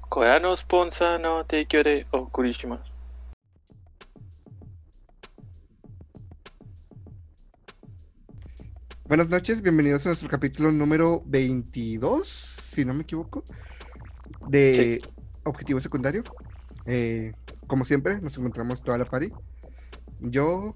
Korano Sponsa no Teikyore o Kurishimasu. Buenas noches, bienvenidos a nuestro capítulo número 22, si no me equivoco, de Objetivo Secundario. Como siempre, nos encontramos toda la party. Yo,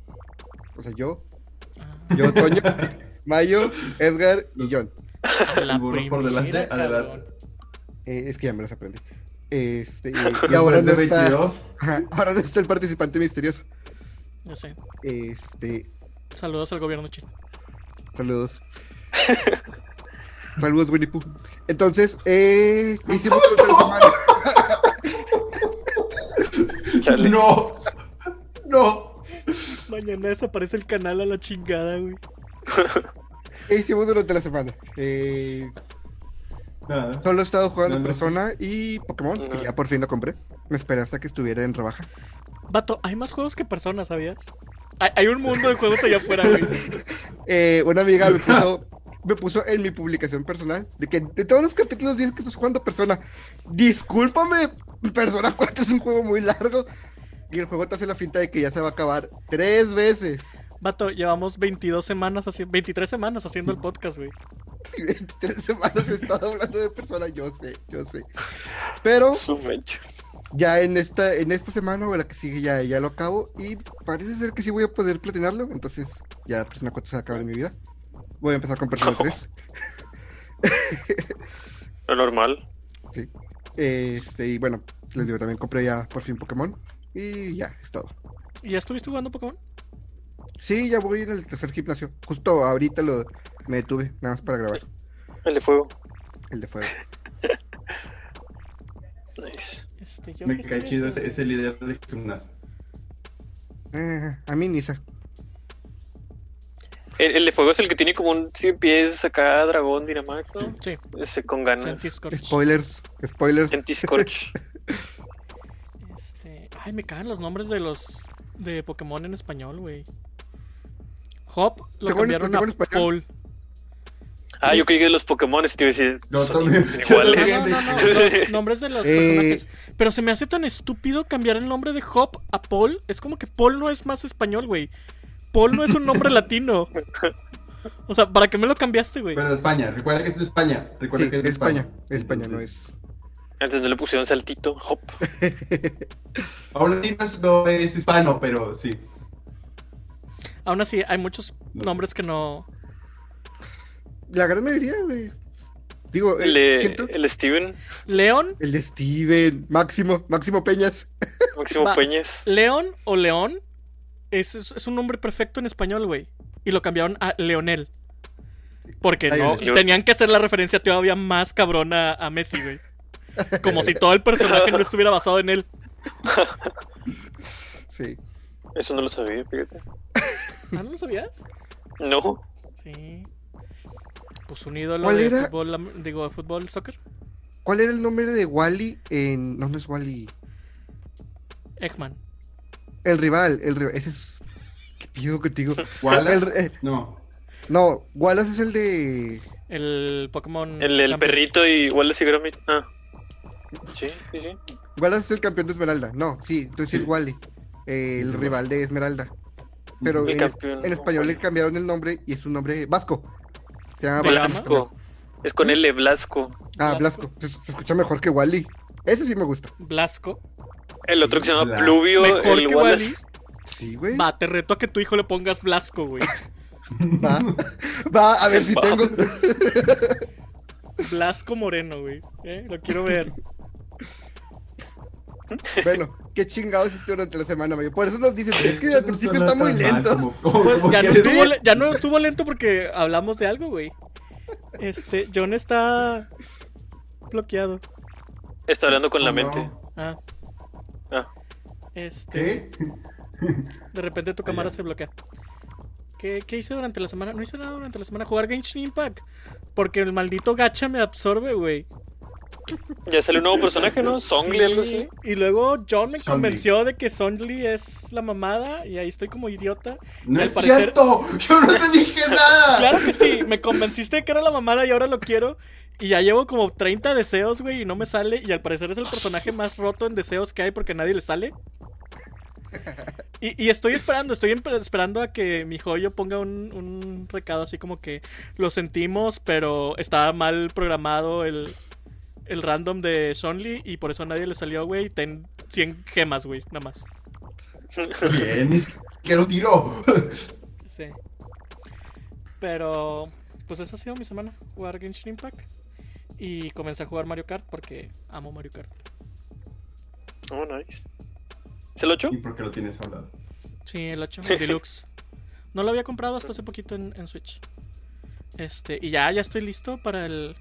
Toño, Mayo, Edgar y John. El burro por delante, adelante. Es que ya me las aprendí. Y ahora no está, ahora no está el participante misterioso. Yo sé. Saludos al gobierno chino. Saludos. Saludos, Winnie Pooh. Entonces, hicimos otra semana. No. Mañana desaparece el canal a la chingada, güey. ¿Qué hicimos durante la semana? Solo he estado jugando Persona y Pokémon, que ya por fin lo compré. Me esperé hasta que estuviera en rebaja. Vato, hay más juegos que Persona, ¿sabías? Hay un mundo de juegos allá afuera, güey. Una amiga me puso en mi publicación personal de que de todos los capítulos dices que estás jugando Persona. Discúlpame, Persona 4 es un juego muy largo. Y el juego te hace la finta de que ya se va a acabar 3 veces. Vato, llevamos 23 semanas haciendo el podcast, güey. 23 semanas he estado hablando de Persona, yo sé. Pero ya en esta semana o la que sigue ya lo acabo. Y parece ser que sí voy a poder platinarlo. Entonces ya Persona 4 se va a acabar en mi vida. Voy a empezar con Persona 3. Lo normal. Sí. Y bueno, les digo, también compré ya por fin Pokémon. Y ya, es todo. ¿Y ya estuviste jugando Pokémon? Sí, ya voy en el tercer gimnasio. Justo ahorita me detuve, nada más para grabar. El de fuego. Nice. Me cae chido ese líder de gimnasio. A mí Nisa. El de fuego es el que tiene como un 100 pies acá, dragón, Dynamax, ¿no? Sí. Ese con ganas. Spoilers. Anti-Scorch. Ay, me cagan los nombres de Pokémon en español, güey. Hop lo cambiaron a Paul. Yo creí que los Pokémon te iba a decir. No, también. Iguales. No. Los nombres de los personajes. Pero se me hace tan estúpido cambiar el nombre de Hop a Paul. Es como que Paul no es más español, güey. Paul no es un nombre latino. O sea, ¿para qué me lo cambiaste, güey? Pero España, recuerda que es de España. Sí, que es de España. España no es. Antes no le pusieron saltito, Hop. Aún así no es hispano, pero sí. Aún así, hay muchos nombres que no. La gran mayoría, güey. Digo, el Steven. ¿León? El de Steven. Máximo Peñas. Peñas. León o León es un nombre perfecto en español, güey. Y lo cambiaron a Leonel. Porque tenían que hacer la referencia todavía más cabrona a Messi, güey. Como si todo el personaje no estuviera basado en él. Sí. Eso no lo sabía, fíjate. ¿No lo sabías? No. Sí. Pues un ídolo de fútbol, soccer. ¿Cuál era el nombre de Wally en... No es Wally. Eggman. El rival. Ese es... ¿Qué pido contigo? ¿Wallace? No, Wallace es el de... El Pokémon... El perrito y Wallace y Gromit. Sí. Wallace es el campeón de Esmeralda. No, sí, entonces es Wally. El rival de Esmeralda. Pero en español le cambiaron el nombre y es un nombre vasco. Se llama Blasco. Es con L, Blasco. Blasco. Se escucha mejor que Wally. Ese sí me gusta. Blasco. El otro que se llama Pluvio. Mejor el que Wallace. Wally. Sí, güey. Va, te reto a que tu hijo le pongas Blasco, güey. Va, a ver si tengo. Blasco Moreno, güey. Lo quiero ver. Bueno, qué chingados hiciste durante la semana, güey. Por eso nos dicen, es que al principio está muy lento. Ya no estuvo lento porque hablamos de algo, güey. John está bloqueado. Está hablando con la mente. ¿Qué? De repente tu cámara se bloquea. ¿Qué hice durante la semana? No hice nada durante la semana. Jugar Genshin Impact. Porque el maldito gacha me absorbe, güey. Ya sale un nuevo personaje, ¿no? Songli, algo así. Y luego John me convenció de que Songli es la mamada. Y ahí estoy como idiota. ¡No es cierto! ¡Yo no te dije nada! Claro que sí, me convenciste de que era la mamada y ahora lo quiero. Y ya llevo como 30 deseos, güey, y no me sale. Y al parecer es el personaje más roto en deseos que hay porque a nadie le sale. Y estoy esperando a que mi joyo ponga un recado así como que lo sentimos, pero estaba mal programado el random de Shonli y por eso a nadie le salió, güey. Ten 100 gemas, güey, nada más. Bien, que lo tiró. Sí. Pero, pues esa ha sido mi semana. Jugar Genshin Impact. Y comencé a jugar Mario Kart porque amo Mario Kart. Oh, nice. ¿Es el 8? ¿Y por qué lo tienes hablado? Sí, el 8, el Deluxe. No lo había comprado hasta hace poquito en Switch. Y ya estoy listo para el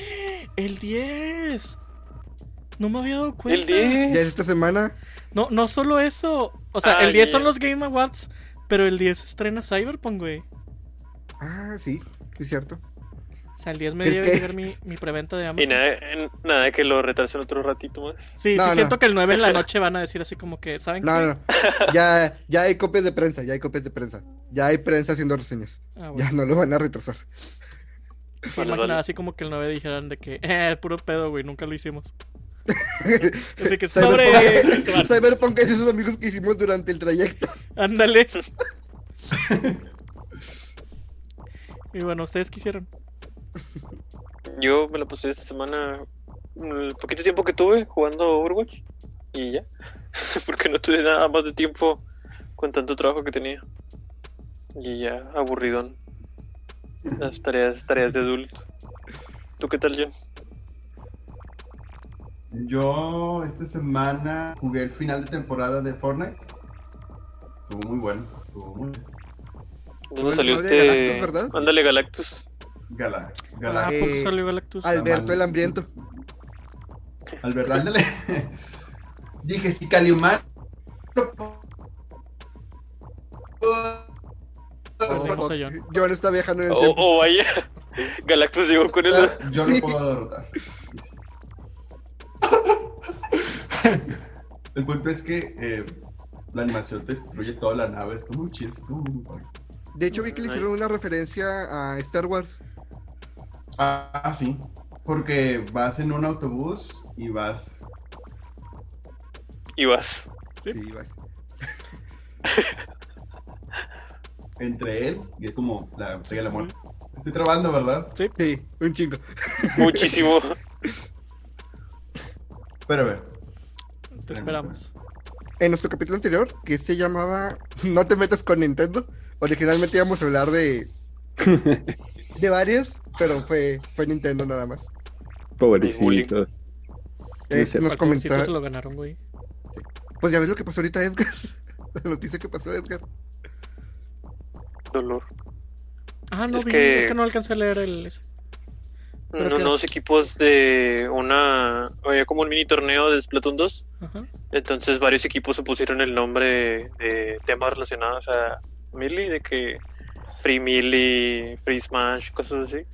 10. No me había dado cuenta. ¿El 10? ¿Ya es esta semana? No solo eso. O sea, el 10 son los Game Awards, pero el 10 estrena Cyberpunk, güey. Ah, sí, es cierto. O sea, el 10 me debe llegar mi preventa de Amazon. Y nada de que lo retrasen otro ratito más. Sí, siento que el 9 en la noche van a decir así como que, ¿saben qué? No. Ya hay copias de prensa, Ya hay prensa haciendo reseñas. Bueno. Ya no lo van a retrasar. Sí, imaginaba así como que el 9 dijeran de que, puro pedo, güey, nunca lo hicimos. Así que Cyberpunk es esos amigos que hicimos durante el trayecto. Ándale. Y bueno, ¿ustedes qué hicieron? Yo me la pasé esta semana, el poquito tiempo que tuve jugando Overwatch y ya, porque no tuve nada más de tiempo con tanto trabajo que tenía y ya aburridón las tareas de adulto. ¿Tú qué tal, John? Yo esta semana jugué el final de temporada de Fortnite. Estuvo muy bueno, ¿Dónde salió Galactus, ¿verdad? Ándale, Galactus. ¿Por qué salió Galactus? Alberto el hambriento. Alberto, ándale. Dije, si Calimán John está viajando en el tiempo. Oh, vaya. Galactus llegó con él. Yo lo puedo derrotar. El punto es que la animación te destruye toda la nave. Estuvo muy chido, estuvo muy bueno. De hecho, vi que le hicieron una referencia a Star Wars. Ah, sí. Porque vas en un autobús y vas. ¿Sí? Sí, vas. Entre él y es como la estrella de la muerte. Estoy trabando, ¿verdad? Sí, un chingo. Muchísimo. Pero a ver. Te esperamos. En nuestro capítulo anterior, que se llamaba No te metas con Nintendo, originalmente íbamos a hablar de varios, pero fue Nintendo nada más. Pobrecito. Nos comentaron. Se lo ganaron, güey. Sí. Pues ya ves lo que pasó ahorita, Edgar. La noticia que pasó, Edgar. Dolor. Ah, no, es que no alcancé a leer ese. Unos equipos de había como un mini torneo de Splatoon 2. Ajá. Entonces varios equipos se pusieron el nombre de temas relacionados a Melee, de que Free Melee, Free Smash, cosas así.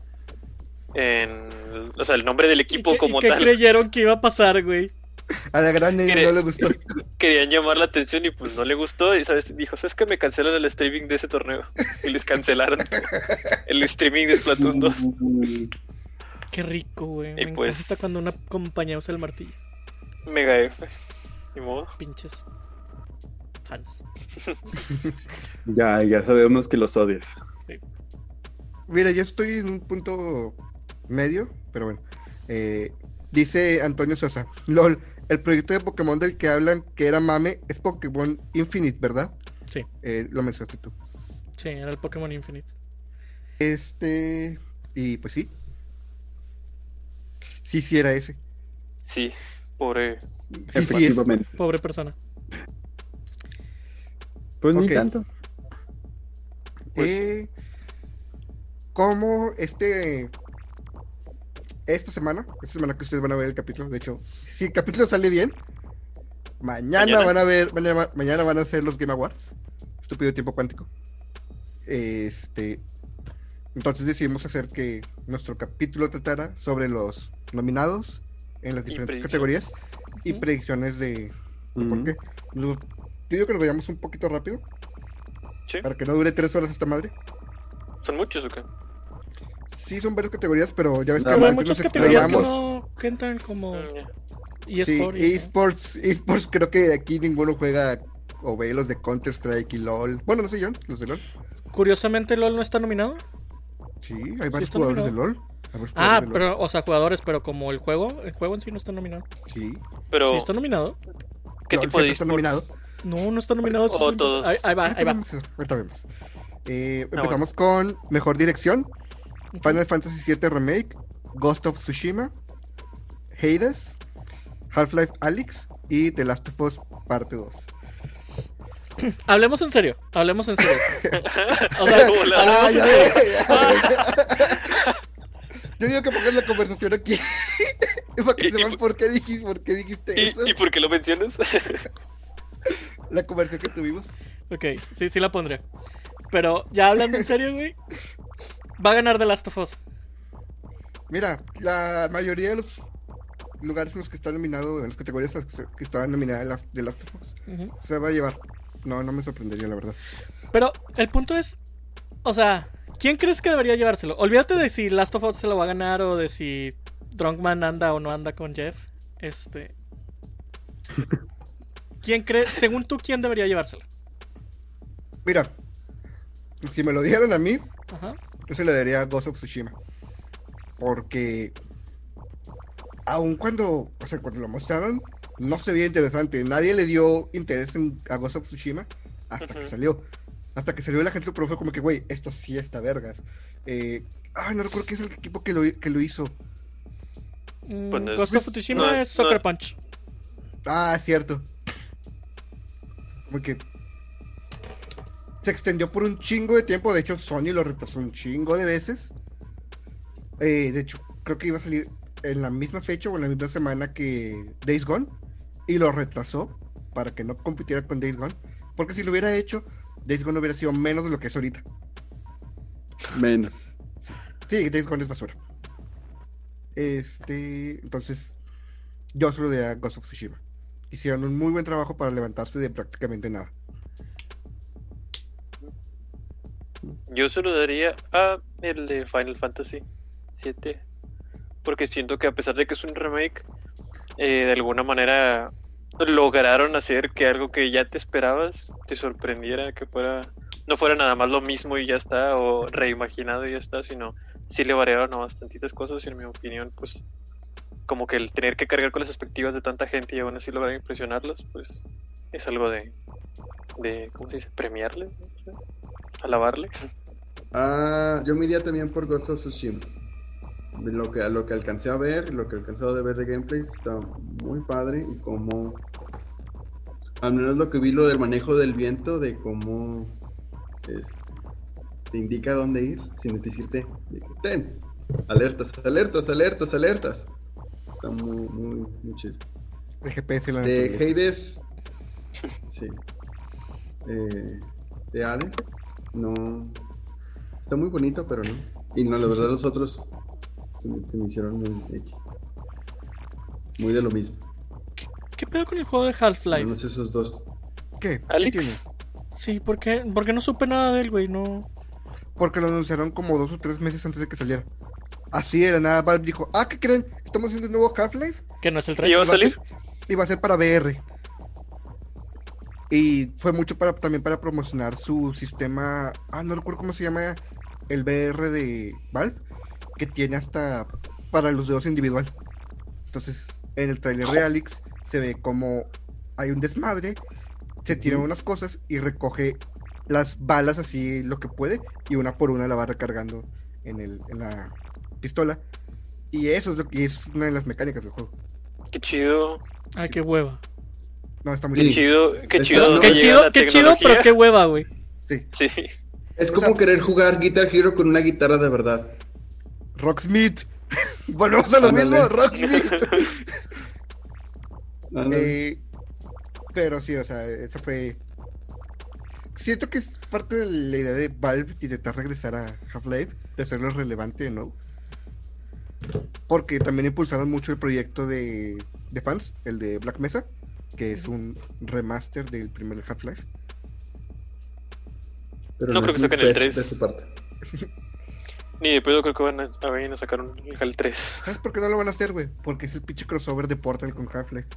O sea, el nombre del equipo como tal. ¿Qué creyeron que iba a pasar, güey? A la gran niña no le gustó. Querían llamar la atención y pues no le gustó. Y dijo, ¿sabes que me cancelan el streaming de ese torneo? Y les cancelaron el streaming de Splatoon 2. Qué rico, güey. Me pues, encanta cuando una compañía usa el martillo. Mega F. Ni modo. Pinches fans. Ya sabemos que los odias. Sí. Mira, yo estoy en un punto medio, pero bueno. Dice Antonio Sosa, LOL, el proyecto de Pokémon del que hablan que era mame es Pokémon Infinite, ¿verdad? Sí. Lo mencionaste tú. Sí, era el Pokémon Infinite. Y pues sí. Sí era ese. Sí, pobre. Sí, efectivamente. Pobre persona. Pues ni tanto. ¿Cómo esta semana que ustedes van a ver el capítulo, de hecho, si el capítulo sale bien, mañana van a ser los Game Awards. Estúpido tiempo cuántico. Entonces decidimos hacer que nuestro capítulo tratara sobre los nominados en las diferentes categorías y predicciones de por qué. Yo digo que lo veamos un poquito rápido. Sí. Para que no dure 3 horas esta madre. ¿Son muchos o qué? sí son varias categorías, pero ya ves que hay muchas categorías que entran como eSports. eSports creo que aquí ninguno juega o ve los de Counter-Strike y LOL. Bueno, no sé yo, los de LOL. Curiosamente, ¿LOL no está nominado? Sí, hay varios jugadores de LOL. Pero, o sea, jugadores, pero como el juego en sí no está nominado. Sí. Pero... ¿Sí está nominado? ¿Qué tipo de está nominado? No está nominado. Todos. Ahí va. Ahorita vemos. Empezamos con Mejor Dirección, Final Fantasy VII Remake, Ghost of Tsushima, Hades, Half-Life Alyx y The Last of Us Parte 2. Hablemos en serio. O sea, yo digo que pongas la conversación aquí para que sepan por qué dijiste eso. ¿Y por qué lo mencionas? La conversación que tuvimos. Ok, sí la pondré. Pero ya hablando en serio, güey, va a ganar The Last of Us. Mira, la mayoría de los lugares en los que está nominado, en las categorías en las que estaba nominada The Last of Us, se va a llevar. No me sorprendería, la verdad. Pero el punto es, o sea, ¿quién crees que debería llevárselo? Olvídate de si Last of Us se lo va a ganar o de si Drunkman anda o no anda con Jeff. ¿Quién crees, según tú, quién debería llevárselo? Mira, si me lo dieron a mí, yo se le daría a Ghost of Tsushima. Porque aun cuando lo mostraron, no se veía interesante. Nadie le dio interés a Ghost of Tsushima hasta que salió. Hasta que salió la gente lo probó como que, güey, esto sí está vergas. No recuerdo qué es el equipo que lo hizo. Ghost of Tsushima es Sucker Punch. Ah, cierto. Como que se extendió por un chingo de tiempo. De hecho, Sony lo retrasó un chingo de veces. De hecho, creo que iba a salir en la misma fecha o en la misma semana que Days Gone. Y lo retrasó para que no compitiera con Days Gone. Porque si lo hubiera hecho, Days Gone hubiera sido menos de lo que es ahorita. Menos. Sí, Days Gone es basura. Entonces, yo solo de a Ghost of Tsushima. Hicieron un muy buen trabajo para levantarse de prácticamente nada. Yo se lo daría a el de Final Fantasy VII. Porque siento que a pesar de que es un remake, de alguna manera lograron hacer que algo que ya te esperabas te sorprendiera, que no fuera nada más lo mismo y ya está, o reimaginado y ya está, sino sí le variaron a bastantitas cosas y en mi opinión, pues como que el tener que cargar con las expectativas de tanta gente y aún así lograr impresionarlos, pues es algo de ¿cómo se dice? Premiarle, ¿no? Alabarle. Yo me iría también por Ghost of Tsushima. Lo que alcancé a ver, lo que he alcanzado de ver de gameplays está muy padre, y como al menos lo que vi, lo del manejo del viento, de cómo te indica dónde ir sin decirte ten, alertas. Está muy chido. El GPS la de Hades, sí. De Hades, no. Está muy bonito, pero no. Y no, la verdad, los otros se me hicieron muy X. Muy de lo mismo. ¿Qué pedo con el juego de Half-Life? No sé esos dos. ¿Qué? ¿Alyx? ¿Qué tiene? Sí, ¿por qué? Porque no supe nada de él, güey, no. Porque lo anunciaron como 2 o 3 meses antes de que saliera. Así de la nada, Valve dijo, ¿qué creen? Estamos haciendo un nuevo Half-Life. Que no es el 3. ¿Y va a salir? Y va a ser para VR. Y fue mucho también para promocionar su sistema. No recuerdo cómo se llama el VR de Valve, que tiene hasta para los dedos individual. Entonces, en el trailer de Alyx se ve como hay un desmadre, se tiran unas cosas y recoge las balas así lo que puede, y una por una la va recargando en la pistola. Y eso es lo que es una de las mecánicas del juego. Qué chido. Ay, qué hueva. No, está muy Qué chido. Qué chido, qué chido, pero qué hueva, güey. Sí. Es como querer jugar Guitar Hero con una guitarra de verdad. Rocksmith. Volvemos a lo mismo, Rocksmith. Pero sí, o sea, eso fue. Siento que es parte de la idea de Valve intentar regresar a Half-Life, de hacerlo relevante de nuevo. Porque también impulsaron mucho el proyecto de fans, el de Black Mesa, que es un remaster del primer Half-Life. Pero no creo que saquen el 3. De su parte. Ni de pedo creo que van a venir a sacar un HAL 3. ¿Sabes por qué no lo van a hacer, güey? Porque es el pinche crossover de Portal con Half-Life.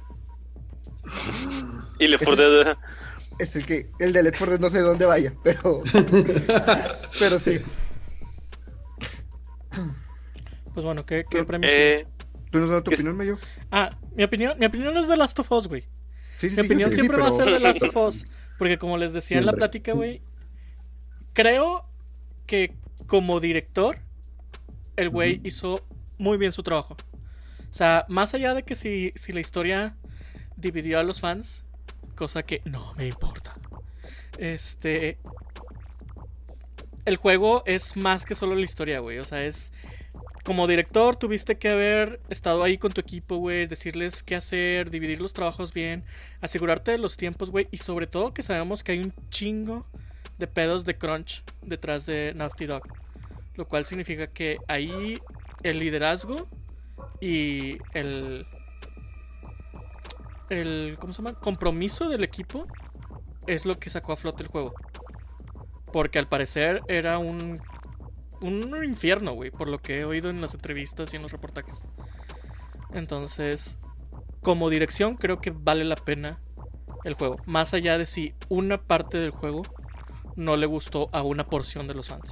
Y Left 4 Dead. Es el de Left 4 Dead no sé dónde vaya, pero sí. Pues bueno, ¿qué premio? ¿Tú nos das tu opinión, Mayo? Mi opinión es de Last of Us, güey. Sí, mi opinión siempre va a ser de Last of Us. Porque como les decía en la plática, güey, creo que como director, el güey hizo muy bien su trabajo. O sea, más allá de que si la historia dividió a los fans, cosa que no me importa. El juego es más que solo la historia, güey. O sea, como director tuviste que haber estado ahí con tu equipo, güey, decirles qué hacer, dividir los trabajos bien, asegurarte de los tiempos, güey, y sobre todo que sabemos que hay un chingo de pedos de crunch detrás de Naughty Dog, lo cual significa que ahí el liderazgo y el ¿cómo se llama? Compromiso del equipo es lo que sacó a flote el juego, porque al parecer era un infierno, güey, por lo que he oído en las entrevistas y en los reportajes. Entonces, como dirección creo que vale la pena el juego, más allá de si una parte del juego no le gustó a una porción de los fans.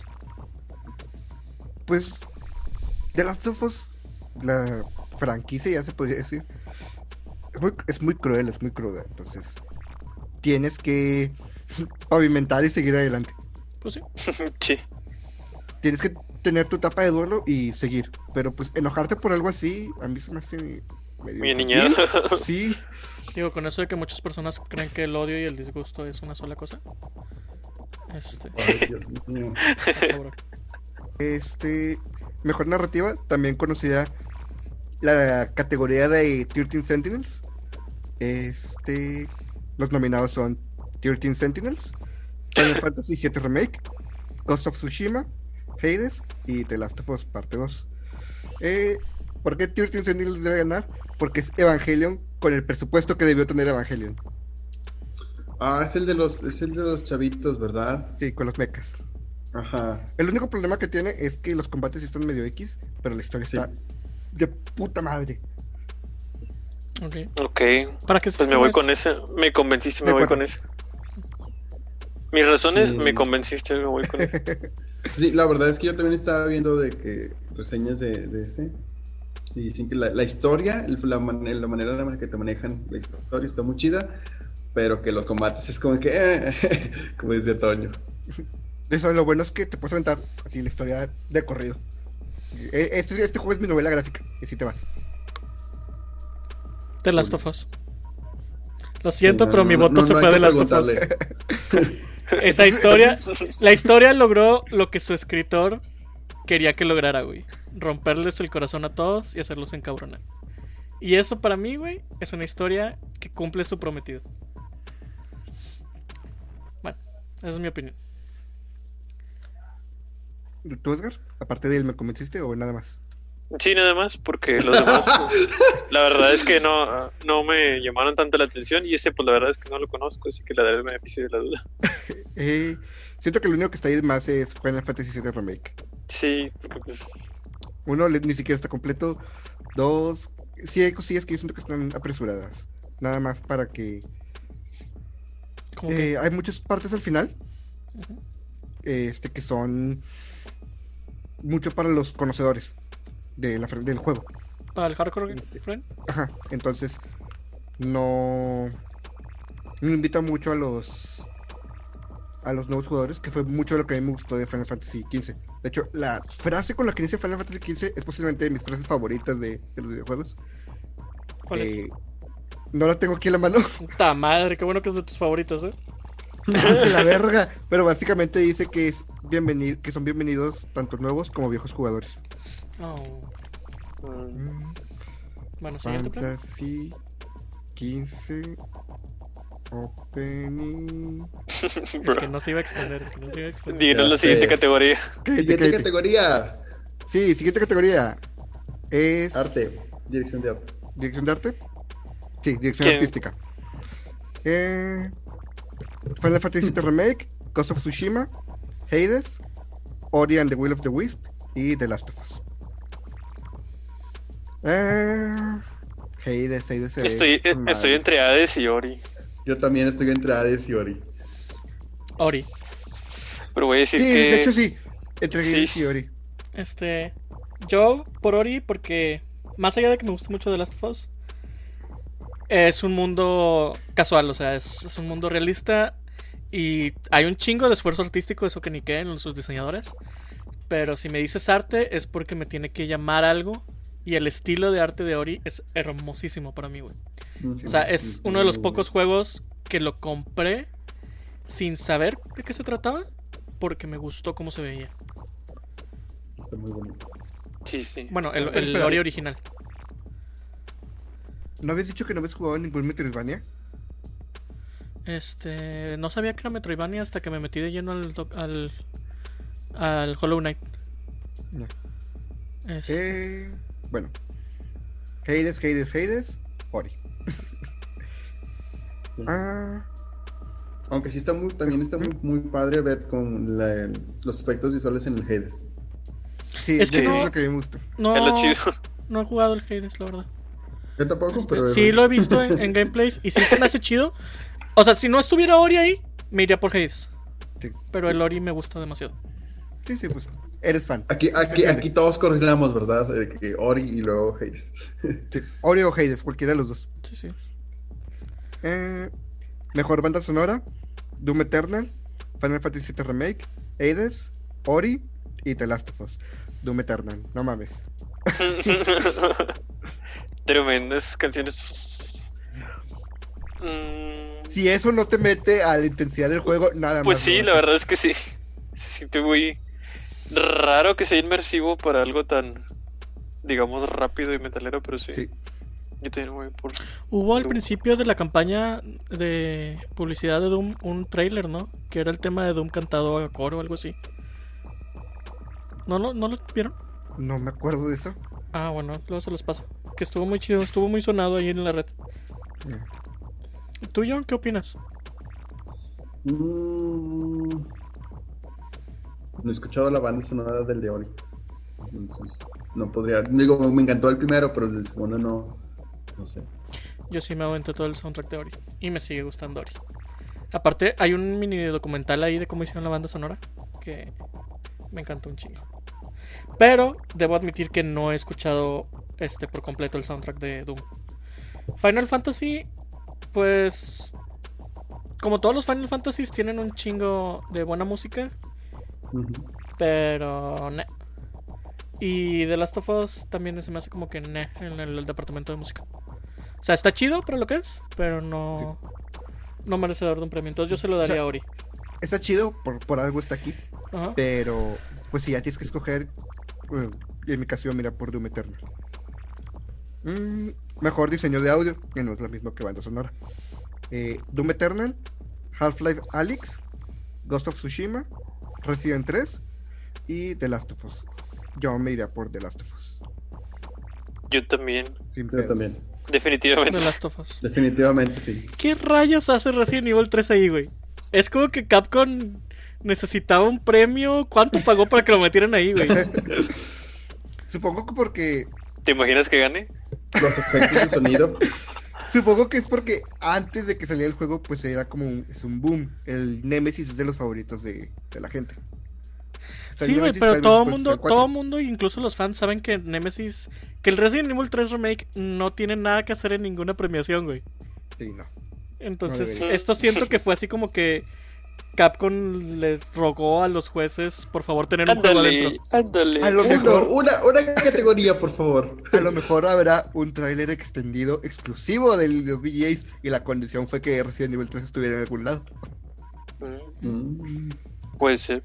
Pues The Last of Us, la franquicia, ya se podría decir, es muy cruel, es muy cruda. Entonces tienes que pavimentar y seguir adelante. Pues sí. Sí. Tienes que tener tu etapa de duelo y seguir. Pero pues enojarte por algo así, a mí se me hace medio niñado. Sí. Digo, con eso de que muchas personas creen que el odio y el disgusto es una sola cosa. Ay, Dios mío. Mejor narrativa, también conocida la categoría de 13 Sentinels. Los nominados son 13 Sentinels, Final Fantasy VII Remake, Ghost of Tsushima, Hades y The Last of Us Parte 2. ¿Por qué 13 Sentinels debe ganar? Porque es Evangelion con el presupuesto que debió tener Evangelion. Es el de los chavitos, ¿verdad? Sí, con los mechas. Ajá. El único problema que tiene es que los combates están medio X, pero la historia está de puta madre. Ok. ¿Para qué pues me voy con ese. Me convenciste, me voy con ese. Mis razones, me convenciste, me voy con ese. Sí, la verdad es que yo también estaba viendo de que reseñas de ese. Y dicen que la historia, la manera en la que te manejan la historia está muy chida, pero que los combates es como que como dice Toño. Eso, lo bueno es que te puedes aventar así la historia de corrido. Este juego es mi novela gráfica, y así te vas. The Last of Us. Lo siento, pero mi voto se fue de Last of Us. Esa historia, la historia logró lo que su escritor quería que lograra, güey. Romperles el corazón a todos y hacerlos encabronar. Y eso para mí, güey, es una historia que cumple su prometido. Bueno, esa es mi opinión. ¿Tú, Edgar? Aparte de él, ¿me convenciste o nada más? Sí, nada más, porque los demás la verdad es que no me llamaron tanto la atención, y pues la verdad es que no lo conozco, así que le daré el beneficio de la duda. Siento que lo único que está ahí más es Final Fantasy VII Remake. Sí, porque pues... Uno, ni siquiera está completo. Dos, sí hay cosillas que yo siento que están apresuradas. Nada más para que... hay muchas partes al final que son mucho para los conocedores del juego. ¿Para el hardcore friend? Ajá, entonces no invita mucho a los nuevos jugadores, que fue mucho de lo que a mí me gustó de Final Fantasy XV. De hecho, la frase con la que inicia Final Fantasy XV es posiblemente de mis frases favoritas de los videojuegos. ¿Cuál es? No la tengo aquí en la mano. Puta madre, qué bueno que es de tus favoritos, De la verga. Pero básicamente dice que que son bienvenidos tanto nuevos como viejos jugadores. Bueno, siguiente Fantasy 15 Opening. Es que no se iba a extender. Dinos la siguiente categoría. Siguiente categoría. Sí, siguiente categoría es arte. Dirección de arte. ¿Dirección de arte? Sí, dirección artística. Final Fantasy VII Remake, Ghost of Tsushima, Hades, Ori and the Will of the Wisp y The Last of Us. Hades. Estoy entre Hades y Ori. Yo también estoy entre Hades y Ori. Ori. Pero voy a decir sí, que... de hecho sí. Entre Hades y Ori. Yo por Ori, porque más allá de que me gusta mucho The Last of Us, es un mundo casual, o sea, es un mundo realista y hay un chingo de esfuerzo artístico, eso que ni qué en sus diseñadores. Pero si me dices arte es porque me tiene que llamar algo. Y el estilo de arte de Ori es hermosísimo para mí, güey. O sea, es uno de los pocos juegos que lo compré sin saber de qué se trataba, porque me gustó cómo se veía. Está muy bonito. Sí. Bueno, el Ori original. ¿No habías dicho que no habías jugado ningún Metroidvania? No sabía que era Metroidvania hasta que me metí de lleno al Hollow Knight. No. Bueno, Hades, Ori. Aunque sí también está muy padre ver con los efectos visuales en el Hades. Sí, es que no, es lo que me gusta. No, es lo chido. No he jugado el Hades, la verdad. Yo tampoco, pero... Sí, lo he visto en gameplays y sí se me hace chido. O sea, si no estuviera Ori ahí, me iría por Hades. Sí. Pero el Ori me gusta demasiado. Sí, pues... Eres fan. Aquí todos correlamos, ¿verdad? De que Ori y luego Hades. Sí, Ori o Hades, cualquiera de los dos. Sí. Mejor banda sonora: Doom Eternal, Final Fantasy VII Remake, Hades, Ori y The Last of Us. Doom Eternal, no mames. Tremendas canciones. Si eso no te mete a la intensidad del juego, nada pues más. Pues sí, la verdad es que sí. Se siente muy raro que sea inmersivo para algo tan, digamos, rápido y metalero, pero sí. Yo también voy por... Hubo al principio de la campaña de publicidad de Doom un trailer, ¿no? Que era el tema de Doom cantado a coro o algo así. ¿No lo vieron? No me acuerdo de eso. Ah, bueno, luego se los paso. Que estuvo muy chido, estuvo muy sonado ahí en la red. ¿Tú, John, qué opinas? No he escuchado la banda sonora del de Ori. Entonces, no podría... Digo, me encantó el primero, pero el segundo no sé. Yo sí me aventé todo el soundtrack de Ori. Y me sigue gustando Ori. Aparte, hay un mini documental ahí de cómo hicieron la banda sonora. Que me encantó un chingo. Pero debo admitir que no he escuchado por completo el soundtrack de Doom. Final Fantasy, pues... Como todos los Final Fantasies tienen un chingo de buena música. Pero y The Last of Us también se me hace como que en el departamento de música. O sea, está chido para lo que es, pero no merecedor de un premio. Entonces yo se lo daría a Ori. Está chido, por algo está aquí. Ajá. Pero pues si ya tienes que escoger, en mi caso yo mira por Doom Eternal. Mejor diseño de audio, que no es lo mismo que banda sonora. Doom Eternal, Half-Life Alyx, Ghost of Tsushima, Resident 3 y The Last of Us. Yo me iría por The Last of Us. Yo también. Yo también. Definitivamente. The Last of Us. Definitivamente sí. ¿Qué rayos hace Resident Evil 3 ahí, güey? Es como que Capcom necesitaba un premio. ¿Cuánto pagó para que lo metieran ahí, güey? Supongo que porque... ¿Te imaginas que gane? Los efectos de sonido. Supongo que es porque antes de que saliera el juego, pues era como un boom. El Nemesis es de los favoritos de la gente. O sea, sí, güey, pero todo el mundo, incluso los fans, saben que Nemesis, que el Resident Evil 3 Remake no tiene nada que hacer en ninguna premiación, güey. Sí, no. Entonces, esto siento que fue así como que Capcom les rogó a los jueces, por favor, tener un juego adentro. Ándale. A lo mejor, una categoría, por favor. A lo mejor habrá un tráiler extendido exclusivo de los VGAs y la condición fue que Resident Evil 3 estuviera en algún lado. Puede ser.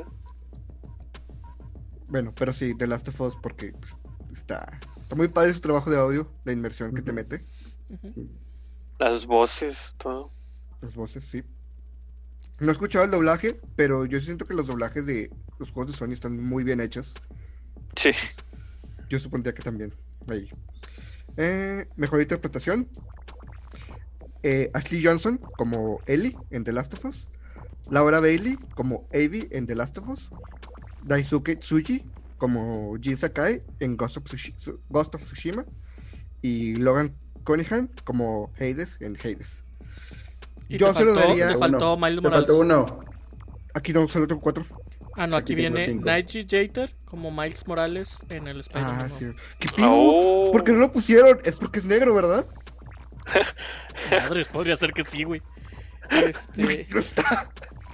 Bueno, pero sí, The Last of Us porque pues, está muy padre su trabajo de audio, la inmersión que te mete. Las voces, todo. Las voces, sí. No he escuchado el doblaje, pero yo siento que los doblajes de los juegos de Sony están muy bien hechos. Sí. Yo supondría que también. Ahí. Mejor interpretación. Ashley Johnson como Ellie en The Last of Us. Laura Bailey como Abby en The Last of Us. Daisuke Tsuji como Jin Sakai en Ghost of Tsushima y Logan Cunningham como Hades en Hades. Yo se lo daría. Te faltó Miles Morales. Uno. Aquí no, solo tengo 4. Ah, no, aquí viene Naiji Jeter como Miles Morales en el Spider-Man. Ah, sí. ¿Qué pido? ¿Por qué no lo pusieron? Es porque es negro, ¿verdad? Madres, podría ser que sí, güey. No está.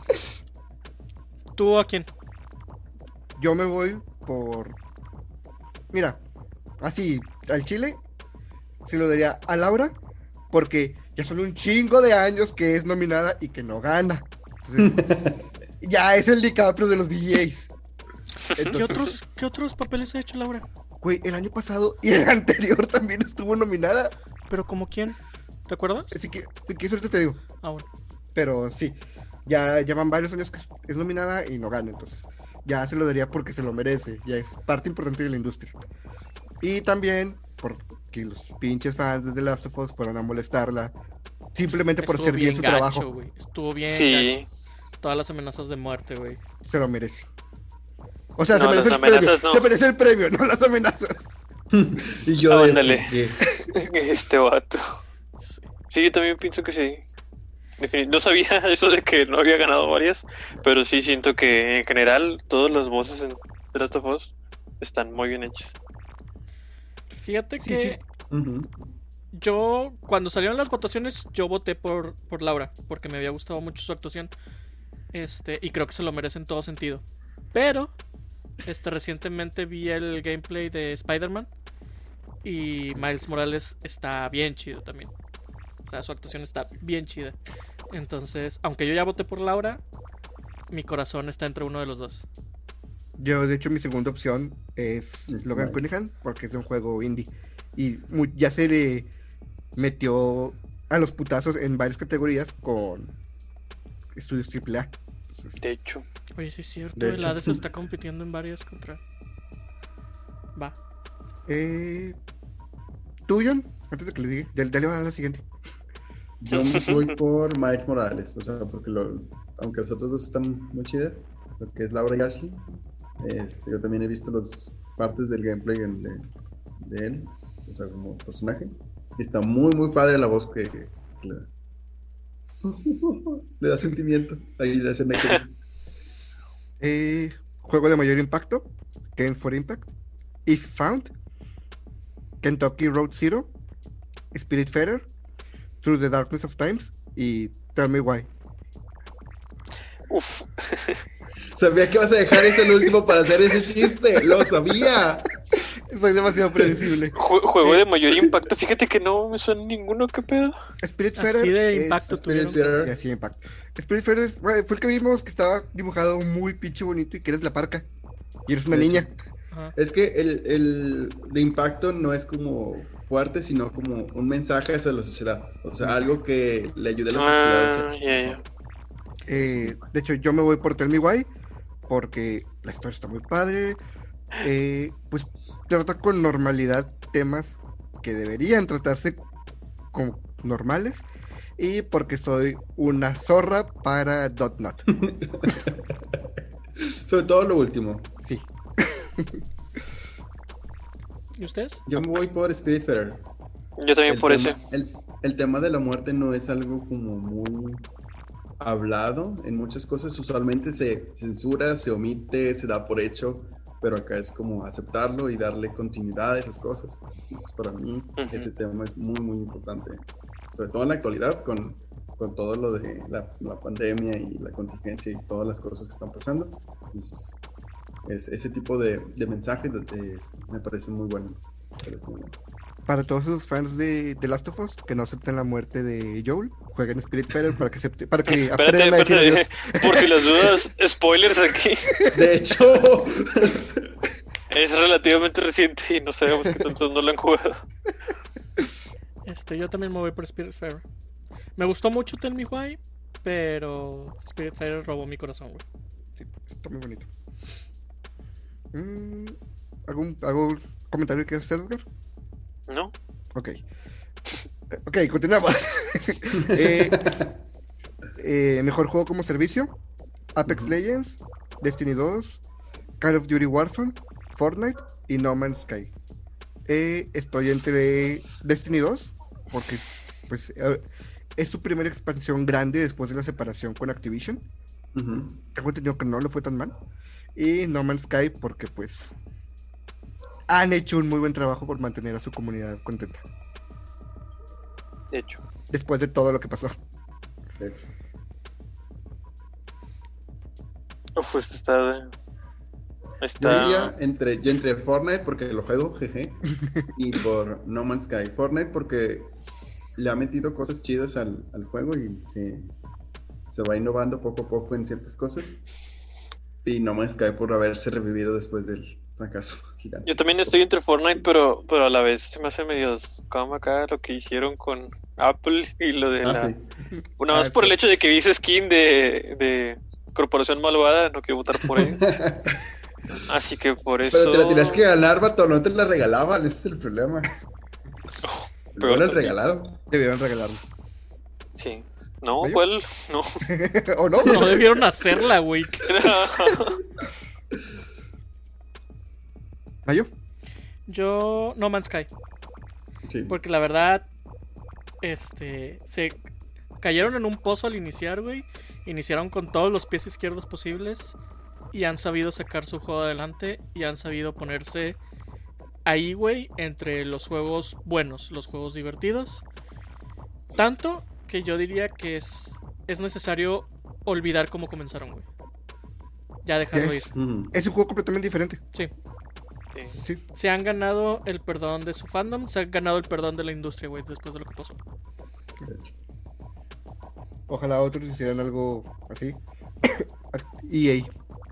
¿Tú a quién? Yo me voy por... Mira, así, al chile, se lo daría a Laura, porque ya son un chingo de años que es nominada y que no gana. Entonces, ya es el DiCaprio de los DJs. Entonces, ¿Qué otros papeles ha hecho Laura? Güey, el año pasado y el anterior también estuvo nominada. ¿Pero como quién? ¿Te acuerdas? Si quieres ahorita te digo. Ah, bueno. Pero sí, ya van varios años que es nominada y no gana, entonces ya se lo daría porque se lo merece, ya es parte importante de la industria. Y también porque los pinches fans de The Last of Us fueron a molestarla simplemente por hacer bien su trabajo. Wey. Estuvo bien sí. Gacho. Todas las amenazas de muerte, güey. Se lo merece. O sea, no, se merece el premio. No. Se merece el premio, no las amenazas. Y yo ándale. Este vato. Sí, yo también pienso que sí. No sabía eso de que no había ganado varias, pero sí siento que en general todas las voces en The Last of Us están muy bien hechas. Fíjate que yo, cuando salieron las votaciones, yo voté por Laura, porque me había gustado mucho su actuación. Y creo que se lo merece en todo sentido. Pero recientemente vi el gameplay de Spider-Man y Miles Morales está bien chido también. O sea, su actuación está bien chida. Entonces, aunque yo ya voté por Laura, mi corazón está entre uno de los dos. Yo, de hecho, mi segunda opción es Logan Cunningham, porque es un juego indie. Y ya se le metió a los putazos en varias categorías con estudios AAA. Entonces, de hecho. Oye, sí es cierto, el Hades está compitiendo en varias contra... Va. ¿Tú, John? Antes de que le diga, dale a la siguiente. Yo me voy por Miles Morales, o sea, porque aunque los otros dos están muy chidas, lo que es Laura y Ashley, yo también he visto las partes del gameplay de él, o sea, como personaje, y está muy, muy padre la voz que le da sentimiento, ahí le hace juego de mayor impacto, Games for Impact, If Found, Kentucky Road Zero, Spiritfarer, Through the Darkness of Times y Tell Me Why. Uf. Sabía que vas a dejar eso el último para hacer ese chiste. Lo sabía. Soy demasiado predecible. Juego de mayor impacto. Fíjate que no me suena ninguno. ¿Qué pedo? Spiritfarer. Así de impacto tuvieron. Así de impacto. Spiritfarer fue el que vimos que estaba dibujado muy pinche bonito y que eres la parca. Y eres una niña. Ajá. Es que el de impacto no es como fuerte, sino como un mensaje hacia la sociedad. O sea, algo que le ayude a la sociedad. Yeah. De hecho, yo me voy por Tell Me Why, porque la historia está muy padre. Pues trata con normalidad temas que deberían tratarse como normales. Y porque soy una zorra para .NET. Sobre todo lo último. Sí. ¿Y ustedes? Yo me voy por Spiritfarer. Yo también por ese. El tema de la muerte no es algo como muy hablado en muchas cosas. Usualmente se censura, se omite, se da por hecho, pero acá es como aceptarlo y darle continuidad a esas cosas. Entonces, para mí ese tema es muy, muy importante, sobre todo en la actualidad con todo lo de la pandemia y la contingencia y todas las cosas que están pasando. Entonces, ese tipo de mensaje me parece muy bueno. Para todos los fans de The Last of Us que no acepten la muerte de Joel, jueguen Spiritfarer para que aprendan a decir adiós. Por si las dudas, spoilers aquí. De hecho, es relativamente reciente y no sabemos que tantos no lo han jugado. Yo también me voy por Spiritfarer. Me gustó mucho Tell Me Why, pero Spiritfarer robó mi corazón, güey. Sí, está muy bonito. ¿Algún comentario que hacer, Edgar? No. Ok, continuamos. Mejor juego como servicio: Apex Legends, Destiny 2, Call of Duty Warzone, Fortnite y No Man's Sky. Estoy entre Destiny 2, porque pues es su primera expansión grande después de la separación con Activision. Tengo entendido que no le fue tan mal. Y No Man's Sky porque pues han hecho un muy buen trabajo por mantener a su comunidad contenta. De hecho. Después de todo lo que pasó. Uf, está... Yo diría entre Fortnite porque lo juego, jeje, y por No Man's Sky. Fortnite porque le ha metido cosas chidas al juego y se va innovando poco a poco en ciertas cosas. Y No Man's Sky por haberse revivido después del fracaso gigante. Yo también estoy entre Fortnite, pero a la vez se me hace medio como acá lo que hicieron con Apple y lo de la... Sí. Una más por el hecho de que dice skin de Corporación Malvada, no quiero votar por él. Así que por eso... Pero te la tenías que ganar, vato, no te la regalaban, ese es el problema. Pero la has regalado. Debieron regalarlo. Sí. No, ¿cuál? No. ¿O no? No debieron hacerla, güey. ¿Mayo? Yo, No Man's Sky. Sí. Porque la verdad, se cayeron en un pozo al iniciar, güey. Iniciaron con todos los pies izquierdos posibles y han sabido sacar su juego adelante y han sabido ponerse ahí, güey, entre los juegos buenos, los juegos divertidos. Tanto que yo diría que es necesario olvidar cómo comenzaron, güey. Ya dejarlo ir. Es un juego completamente diferente. Sí. Sí. Se han ganado el perdón de su fandom, se han ganado el perdón de la industria, güey, después de lo que pasó. Ojalá otros hicieran algo así. EA.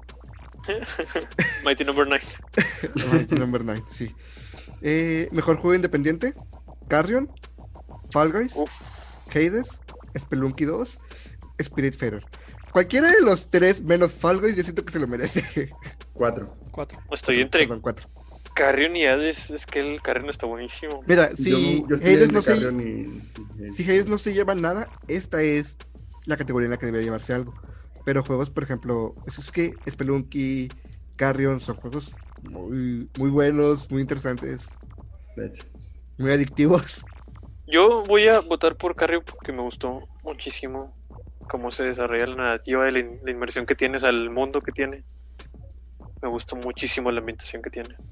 Mighty Number 9. Mighty Number 9, sí. Mejor juego independiente: Carrion, Fall Guys, Hades, Spelunky 2, Spiritfarer. Cualquiera de los tres menos Fall Guys, yo siento que se lo merece. 4. Estoy entre 4. Carrion y Hades, es que el Carrion está buenísimo. Mira, si yo Hades no y si Hades no se lleva nada, esta es la categoría en la que debería llevarse algo. Pero juegos, por ejemplo, es que Spelunky, Carrion son juegos muy, muy buenos, muy interesantes, de hecho, muy adictivos. Yo voy a votar por Carrion porque me gustó muchísimo cómo se desarrolla la narrativa, de la inmersión que tiene, o sea, el mundo que tiene. Me gustó muchísimo la ambientación que tiene.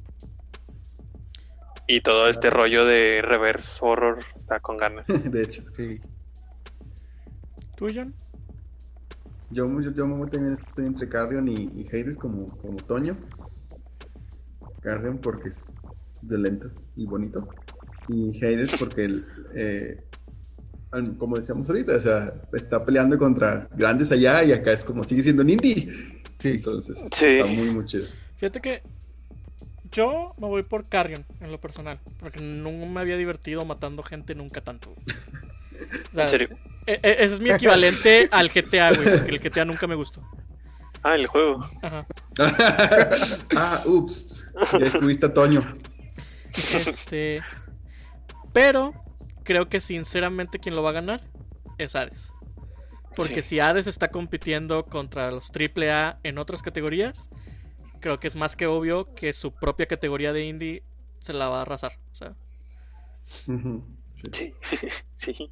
Y todo este rollo de reverse horror está con ganas. de hecho. Sí. ¿Tú, John? Yo también estoy entre Carrion y Hades como Toño. Carrion porque es violento y bonito. Y Hades porque como decíamos ahorita, o sea, está peleando contra grandes allá y acá es como sigue siendo un indie. Sí. Entonces está muy, muy chido. Fíjate que yo me voy por Carrion en lo personal, porque no me había divertido matando gente nunca tanto. O sea, ¿en serio? Ese es mi equivalente al GTA, güey, porque el GTA nunca me gustó. Ah, el juego. Ajá. Ups. Ya descubriste a Toño. Pero creo que sinceramente quien lo va a ganar es Hades. Porque si Hades está compitiendo contra los AAA en otras categorías, creo que es más que obvio que su propia categoría de indie se la va a arrasar. O sea. Sí.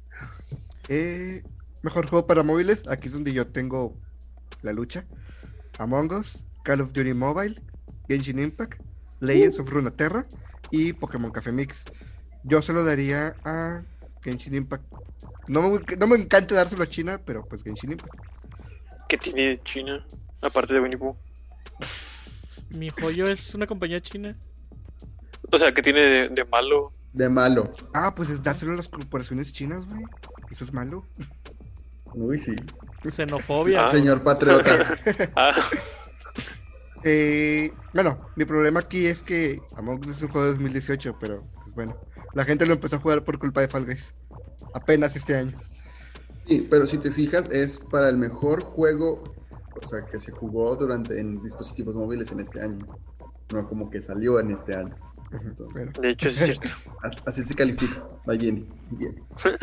Mejor juego para móviles, aquí es donde yo tengo la lucha: Among Us, Call of Duty Mobile, Genshin Impact, Legends of Runeterra y Pokémon Café Mix. Yo se lo daría a Genshin Impact. No me encanta dárselo a China, pero pues Genshin Impact. ¿Qué tiene China? Aparte de Winnie Pooh. Mi joyo es una compañía china. O sea, ¿qué tiene de malo? De malo. Ah, pues es dárselo a las corporaciones chinas, güey. Eso es malo. Uy, sí. Xenofobia. Señor patriota. Bueno, mi problema aquí es que Among Us es un juego de 2018, pero pues bueno, la gente lo empezó a jugar por culpa de Fall Guys. Apenas este año. Sí, pero si te fijas, es para el mejor juego, o sea, que se jugó en dispositivos móviles en este año. No como que salió en este año. Entonces, de hecho, es cierto. Así se califica. Va Jenny. Bien.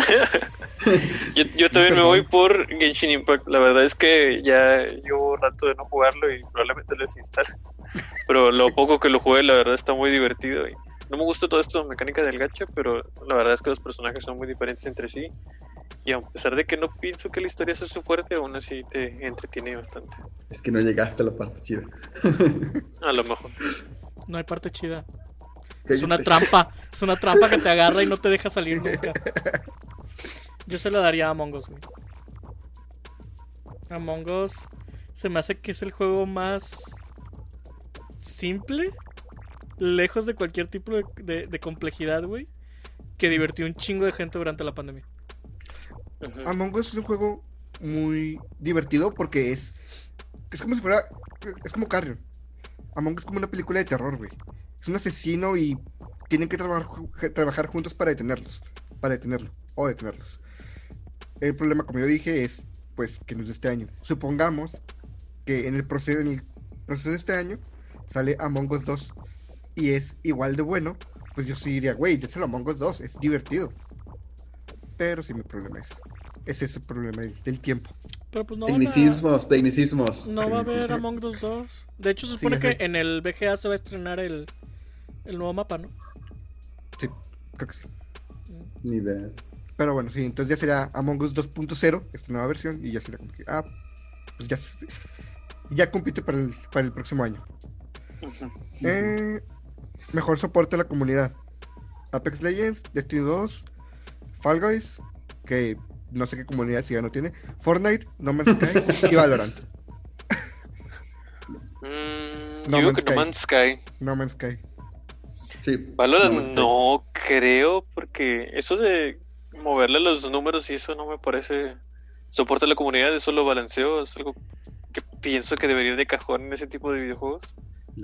yo también me voy por Genshin Impact. La verdad es que ya llevo rato de no jugarlo y probablemente lo desinstale. Pero lo poco que lo jugué, la verdad, está muy divertido. Y no me gusta todo esto mecánica del gacha, pero la verdad es que los personajes son muy diferentes entre sí. Y a pesar de que no pienso que la historia sea su fuerte, aún así te entretiene bastante. Es que no llegaste a la parte chida. A lo mejor. No hay parte chida. Cállate. Es una trampa. Es una trampa que te agarra y no te deja salir nunca. Yo se lo daría a Among Us, güey. Among Us se me hace que es el juego más simple, lejos de cualquier tipo de complejidad, güey, que divirtió un chingo de gente durante la pandemia. Ujú. Among Us es un juego muy divertido porque es como si fuera, es como Carrion. Among Us es como una película de terror, güey. Es un asesino y tienen que trabajar juntos para detenerlo o detenerlos. El problema, como yo dije, es pues que no es de este año. Supongamos que en el proceso de este año sale Among Us 2 y es igual de bueno, pues yo sí diría, güey, yo sé el Among Us 2, es divertido. Pero sí, mi problema es ese problema del tiempo. Pero pues no Tecnicismos. no va a haber Among Us 2. De hecho, se supone que en el VGA se va a estrenar el nuevo mapa, ¿no? Sí, creo que sí. Ni idea. Pero bueno, sí, entonces ya será Among Us 2.0, esta nueva versión, y ya será como que, pues ya compite para el próximo año. Mejor soporte a la comunidad. Apex Legends, Destiny 2, Fall Guys, que no sé qué comunidad si ya no tiene, Fortnite, No Man's Sky y Valorant. Yo digo que No Man's Sky. No Man's Sky. Sí. Valorant no creo, porque eso de moverle los números y eso no me parece soporte a la comunidad, eso lo balanceo, es algo que pienso que debería ir de cajón en ese tipo de videojuegos.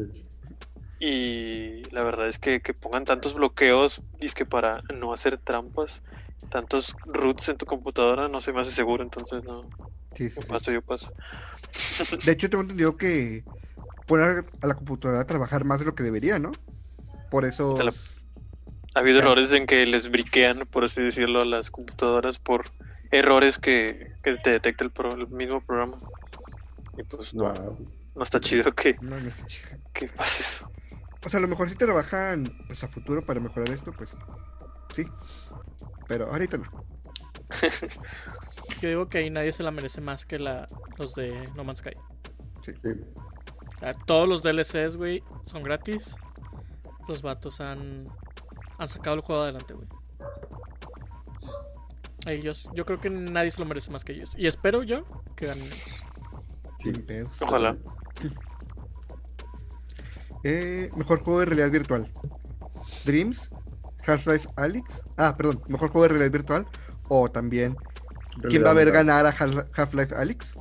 Y la verdad es que pongan tantos bloqueos, dizque para no hacer trampas, tantos roots en tu computadora, no se me hace seguro, entonces no. Sí. Yo paso. De hecho, tengo entendido que poner a la computadora a trabajar más de lo que debería, ¿no? Por eso... Ha habido errores en que les briquean, por así decirlo, a las computadoras por errores que te detecta el mismo programa. Y pues no está chido que pase eso. O sea, a lo mejor si trabajan pues a futuro para mejorar esto, pues sí. Pero ahorita no. Yo digo que ahí nadie se la merece más que los de No Man's Sky. Sí. O sea, todos los DLCs, güey, son gratis. Los vatos han sacado el juego adelante, güey. Yo creo que nadie se lo merece más que ellos. Y espero yo que ganen ellos. Sin pedos. Ojalá. Mejor juego de realidad virtual. Dreams, Half-Life Alyx. Mejor juego de realidad virtual. O también, ¿quién va a ver ganar a Half-Life Alyx?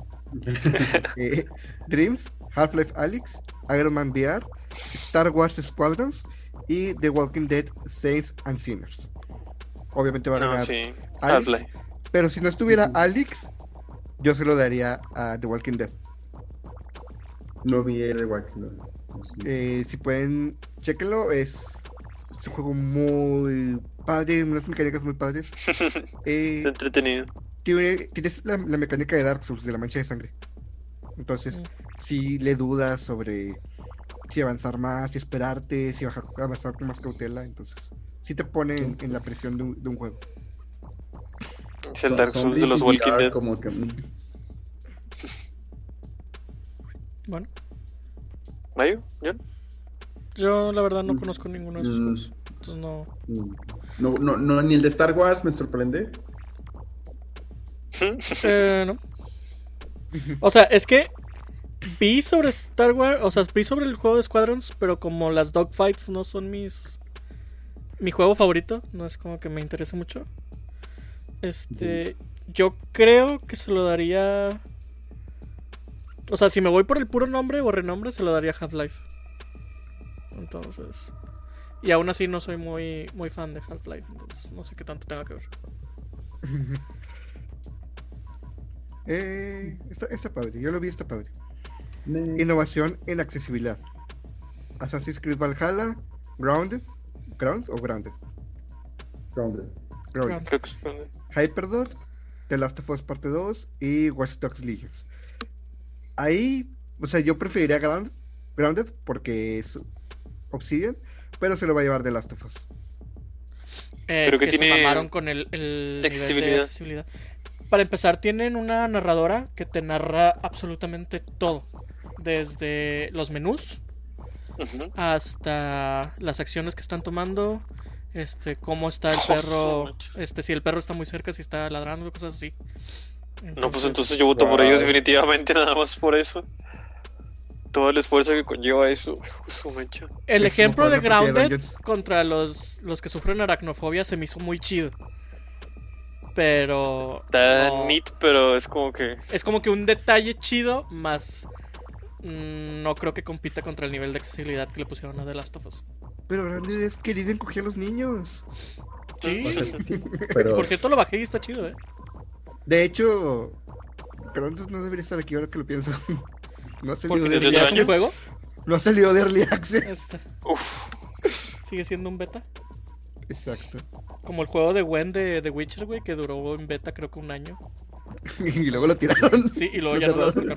Dreams, Half-Life Alyx, Iron Man VR, Star Wars Squadrons y The Walking Dead Saints and Sinners. Obviamente va a ganar Alyx, pero si no estuviera Alyx, yo se lo daría a The Walking Dead. No vi The Walking Dead. Si pueden, chéquenlo, es un juego muy padre, unas mecánicas muy padres. Entretenido. Tienes la mecánica de Dark Souls, de la mancha de sangre. Entonces, si le dudas sobre si avanzar más, si esperarte, si avanzar con más cautela, entonces sí te pone en la presión de un juego. Es el Dark Souls de los Walking Dead. Como que... Bueno. ¿Mayo? ¿John? Yo la verdad no conozco ninguno de esos juegos. Entonces No, ni el de Star Wars me sorprende. No. O sea, es que vi sobre Star Wars, o sea, vi sobre el juego de Squadrons, pero como las dogfights no son mi juego favorito, no es como que me interese mucho. Yo creo que se lo daría. O sea, si me voy por el puro nombre o renombre, se lo daría Half-Life. Entonces. Y aún así no soy muy, muy fan de Half-Life, entonces no sé qué tanto tenga que ver. Está padre, yo lo vi, está padre. Innovación en accesibilidad. Assassin's Creed Valhalla, Grounded. Hyperdot, The Last of Us Parte 2 y Watch Dogs Legion. Ahí, o sea, yo preferiría Grounded, Grounded porque es Obsidian, pero se lo va a llevar The Last of Us. Es que se mamaron con el nivel de accesibilidad. Para empezar, tienen una narradora que te narra absolutamente todo. Desde los menús hasta las acciones que están tomando, cómo está el perro, si el perro está muy cerca, si está ladrando, cosas así. No, pues entonces yo voto por ellos definitivamente, nada más por eso. Todo el esfuerzo que conlleva eso. El ejemplo de Grounded contra los que sufren aracnofobia se me hizo muy chido. Pero está neat, pero es como que... Es como que un detalle chido, más... no creo que compita contra el nivel de accesibilidad que le pusieron a The Last of Us. Pero Grounded es querido encoger a los niños. Sí. Pero... Por cierto, lo bajé y está chido, De hecho, Grounded no debería estar aquí ahora que lo pienso. No ha salido de Early Access. ¿Juego? No ha salido de Early Access. Sigue siendo un beta. Exacto. Como el juego de Gwen de The Witcher, güey, que duró en beta creo que un año. Y luego lo tiraron. Sí, y luego ya no lo tocaron.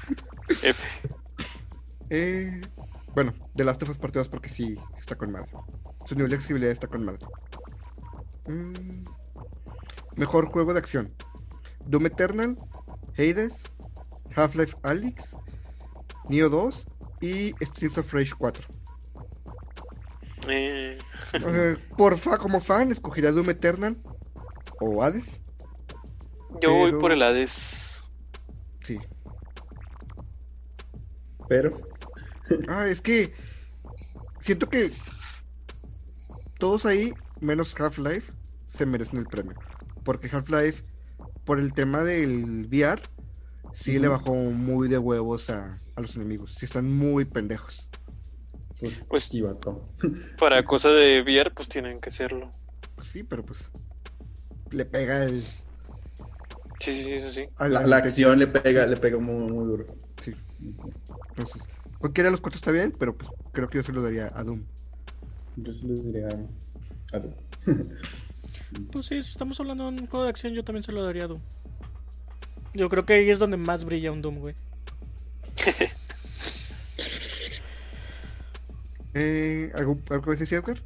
Bueno, The Last of Us Part 2 porque sí, está con madre. Su nivel de accesibilidad está con madre. Mejor juego de acción: Doom Eternal, Hades, Half-Life Alyx, Nioh 2 y Streets of Rage 4. Como fan, escogería Doom Eternal o Hades. Yo voy por el Hades. Sí. Pero es que siento que todos ahí, menos Half-Life, se merecen el premio. Porque Half-Life, por el tema del VR, sí le bajó muy de huevos a los enemigos. Sí están muy pendejos. Pues para cosa de VR, pues tienen que serlo. Pues sí, pero pues le pega el... Sí, eso sí. La acción le pega muy, muy duro. Sí. Entonces, cualquiera de los 4 está bien, pero pues creo que yo se lo daría a Doom. Yo se lo daría a Doom. Pues sí, si estamos hablando de un juego de acción, yo también se lo daría a Doom. Yo creo que ahí es donde más brilla un Doom, güey. ¿Algo que decir, Edgar?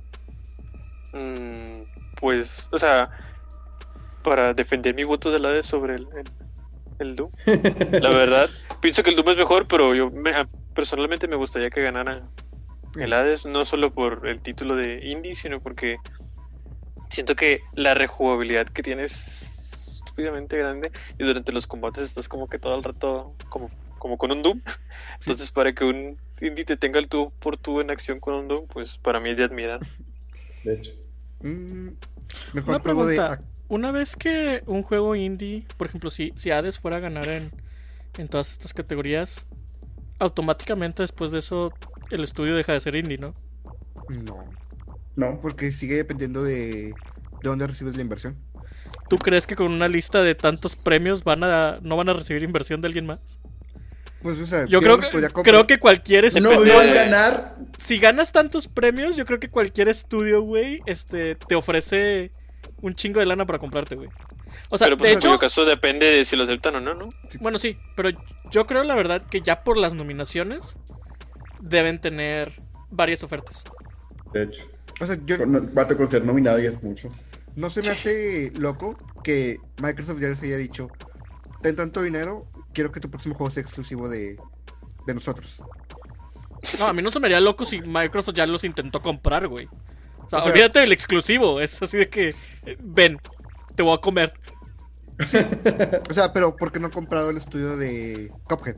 Pues, o sea, para defender mi voto de Hades sobre el Doom. La verdad, pienso que el Doom es mejor, pero personalmente me gustaría que ganara el Hades, no solo por el título de indie, sino porque siento que la rejugabilidad que tiene es estúpidamente grande y durante los combates estás como que todo el rato como con un Doom. Entonces, para que un indie te tenga el tú por tú en acción con un Doom, pues para mí es de admirar. De hecho. Mejor una pregunta. Una vez que un juego indie, por ejemplo, si Hades fuera a ganar en todas estas categorías, automáticamente después de eso el estudio deja de ser indie, ¿no? No, porque sigue dependiendo de dónde recibes la inversión. ¿Tú crees que con una lista de tantos premios no van a recibir inversión de alguien más? Pues, o sea, yo creo que cualquier estudio... No al ganar... Si ganas tantos premios, yo creo que cualquier estudio, güey, te ofrece un chingo de lana para comprarte, güey. O sea, pero pues de hecho... en todo caso depende de si lo aceptan o no, ¿no? Sí. Bueno, sí, pero yo creo la verdad que ya por las nominaciones deben tener varias ofertas. De hecho. O sea, Vato con ser nominado ya es mucho. No se me hace loco que Microsoft ya les haya dicho: ten tanto dinero, quiero que tu próximo juego sea exclusivo de nosotros. No, a mí no se me haría loco si Microsoft ya los intentó comprar, güey. O sea, olvídate del exclusivo, es así de que ven, te voy a comer. Sí. O sea, pero ¿por qué no han comprado el estudio de Cuphead?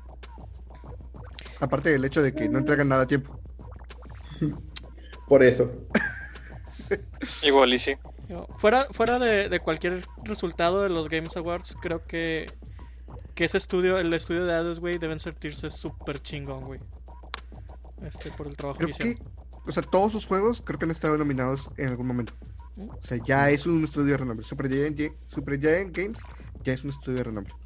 Aparte del hecho de que no entregan nada a tiempo. Por eso. Igual y sí. Fuera de cualquier resultado de los Games Awards, creo que ese estudio, el estudio de Hades, güey, deben sentirse súper chingón, güey. Por el trabajo que hicieron. O sea, todos sus juegos creo que han estado nominados en algún momento. O sea, ya es un estudio de renombre. Supergiant Games ya es un estudio de renombre.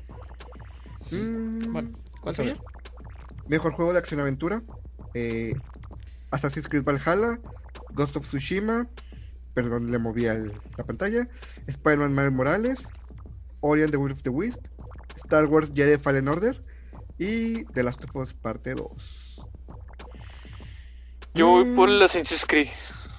Bueno, ¿cuál sería? Mejor juego de acción-aventura: Assassin's Creed Valhalla, Ghost of Tsushima, perdón, le moví la pantalla, Spider-Man Miles Morales, Ori and the Will of the Wisp, Star Wars Jedi Fallen Order y The Last of Us Parte 2. Yo voy por el Assassin's Creed.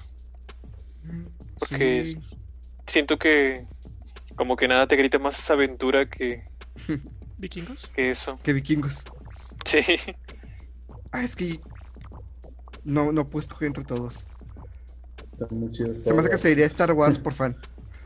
Porque Sí. siento que como que nada te grita más aventura que ¿Vikingos? eso. Que vikingos. Sí. Es que no puedo escoger entre todos. Está muy chido. Se me hace que te diría Star Wars por fan.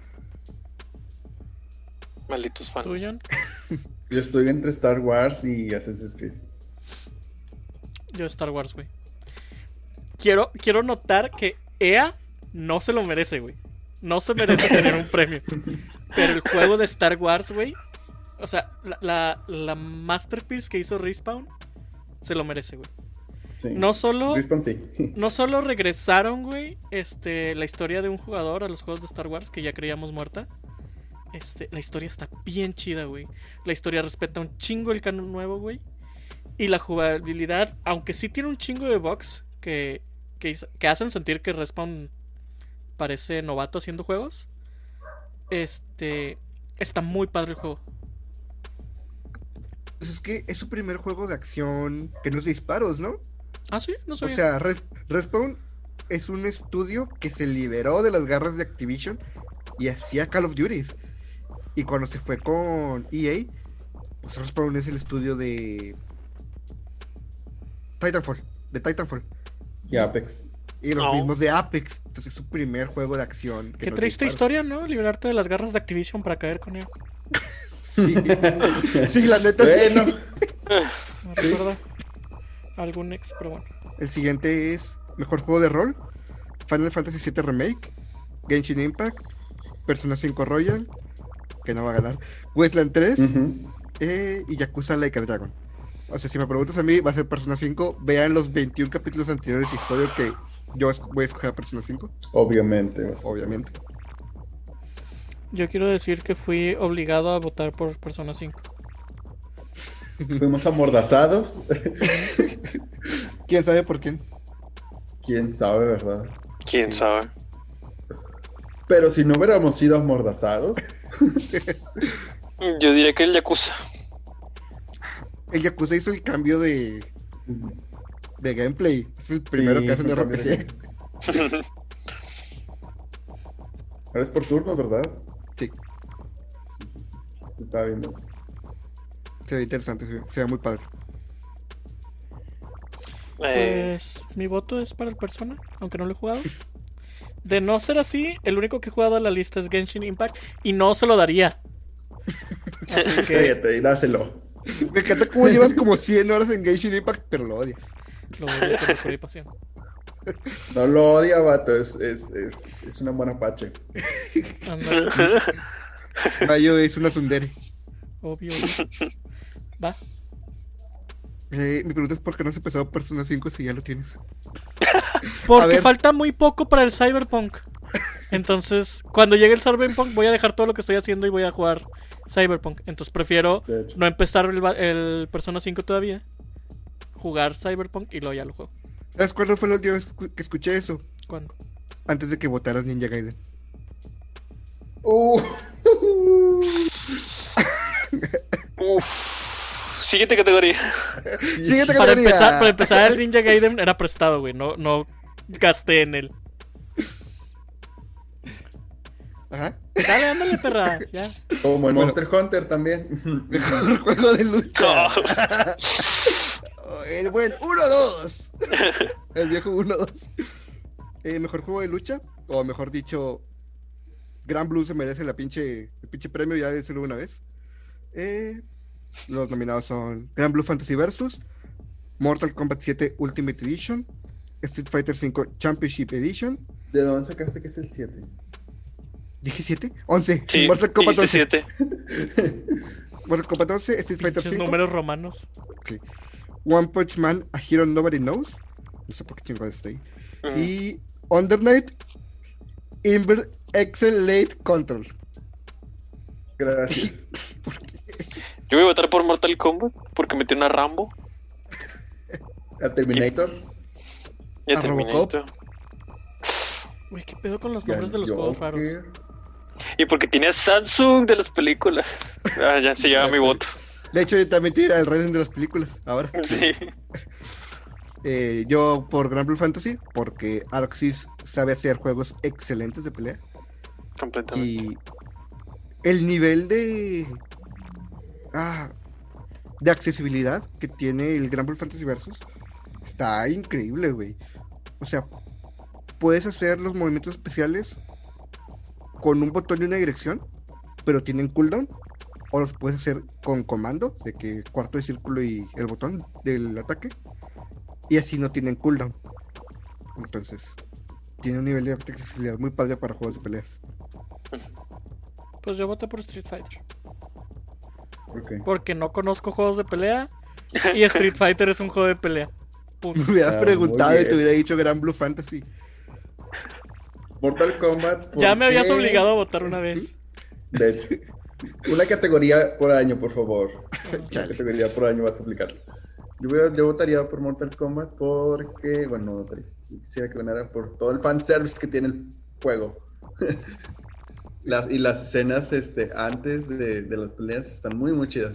Malditos fans. ¿Tú, John? Yo estoy entre Star Wars y Assassin's Creed. Yo Star Wars, güey. Quiero notar que EA no se lo merece, güey. No se merece tener un premio. Pero el juego de Star Wars, güey. O sea, la masterpiece que hizo Respawn se lo merece, güey. Sí. No solo Respawn, sí. No solo regresaron, güey, la historia de un jugador a los juegos de Star Wars que ya creíamos muerta. La historia está bien chida, güey. La historia respeta un chingo el canon nuevo, güey. Y la jugabilidad, aunque sí tiene un chingo de bugs que hacen sentir que Respawn parece novato haciendo juegos. Está muy padre el juego. Pues es que es su primer juego de acción que no es de disparos, ¿no? Ah, sí, no O sabía. sea, Respawn es un estudio que se liberó de las garras de Activision y hacía Call of Duty. Y cuando se fue con EA, pues Respawn es el estudio de Titanfall. Y Apex. Y los No. mismos de Apex. Entonces es su primer juego de acción. Que Qué no es de triste disparos. historia, ¿no? Liberarte de las garras de Activision para caer con él. Sí, sí, la neta Bueno, sí. Me recuerda algún ex, pero bueno. El siguiente es Mejor Juego de Rol, Final Fantasy VII Remake, Genshin Impact, Persona 5 Royal, que no va a ganar, Wasteland 3 ujú. y Yakuza Like a Dragon. O sea, si me preguntas a mí, va a ser Persona 5. Vean los 21 capítulos anteriores y estoy que yo voy a escoger a Persona 5, Obviamente. va a ser. obviamente. Yo quiero decir que fui obligado a votar por Persona 5. Fuimos amordazados. ¿Quién sabe por quién? Quién sabe, ¿verdad? ¿Quién sabe? Pero si no hubiéramos sido amordazados, Yo diría que el Yakuza. El Yakuza hizo el cambio de gameplay. Es el primero Sí, que hacen hizo un cambio de RPG. ahora es por turnos, ¿verdad? Sí, Estaba viendo eso. se ve interesante, se ve muy padre. Pues mi voto es para el Persona, aunque no lo he jugado. De no ser así, el único que he jugado en la lista es Genshin Impact y no se lo daría. Así que Cállate y dáselo. Me encanta cómo llevas como 100 horas en Genshin Impact, pero lo odias. lo odio con locura y pasión. No lo odia, vato. Es una buena pache. Anda, Mayo es una tsundere. obvio. Va. Mi pregunta es por qué no has empezado Persona 5 si ya lo tienes. Porque A ver. falta muy poco para el Cyberpunk. Entonces, cuando llegue el Cyberpunk, voy a dejar todo lo que estoy haciendo y voy a jugar Cyberpunk. Entonces, prefiero De hecho. no empezar el Persona 5 todavía. Jugar Cyberpunk y luego ya lo juego. ¿Sabes cuándo fue la última vez que escuché eso? ¿Cuándo? Antes de que votaras Ninja Gaiden. Uf. Siguiente categoría. Siguiente Para categoría. empezar, el Ninja Gaiden era prestado, güey. No gasté en él. Ajá. Dale, ándale, perra. Ya. Como el Bueno. Monster Hunter también. Mejor juego de lucha. Oh, El buen 1-2. El viejo 1-2. Mejor juego de lucha. O mejor dicho, Gran Blue se merece el pinche premio, ya de una vez. Los nominados son Gran Blue Fantasy Versus, Mortal Kombat 7 Ultimate Edition, Street Fighter 5 Championship Edition. ¿De dónde sacaste que es el 7? ¿Dije 7? 11. Sí, Mortal Kombat 11. 17. Mortal Kombat 11, Street Fighter Pinches 5. números romanos. Sí. One Punch Man, A Hero Nobody Knows. No sé por qué chingados está ahí. Y Under Night, Inver Excel Late Control. Gracias. Yo voy a votar por Mortal Kombat porque metió una Rambo. A Terminator. Ya ¿A terminé. Robocop? Güey, ¿qué pedo con los y nombres al de los juegos raros? Joker. Y porque tiene a Samsung de las películas. Ah, ya se lleva mi voto. De hecho, yo también tira el Resident de las películas. Ahora. Sí. Yo por Granblue Fantasy, porque Aroxis sabe hacer juegos excelentes de pelea. Completamente. Y el nivel de accesibilidad que tiene el Granblue Fantasy Versus está increíble, güey. O sea, puedes hacer los movimientos especiales con un botón y una dirección, pero tienen cooldown. O los puedes hacer con comando, de que cuarto de círculo y el botón del ataque. Y así no tienen cooldown. Entonces, tiene un nivel de accesibilidad muy padre para juegos de peleas. Pues yo voté por Street Fighter. Okay. Porque no conozco juegos de pelea y Street Fighter es un juego de pelea. Punto. Me hubieras preguntado y te hubiera dicho Granblue Fantasy. Mortal Kombat. Ya me habías obligado a votar una vez. De hecho. Una categoría por año, por favor. ¿Qué categoría por año vas a aplicar? Yo votaría por Mortal Kombat porque, bueno, no votaría. Quisiera que ganara por todo el fanservice que tiene el juego. Y las escenas antes de las peleas están muy, muy chidas.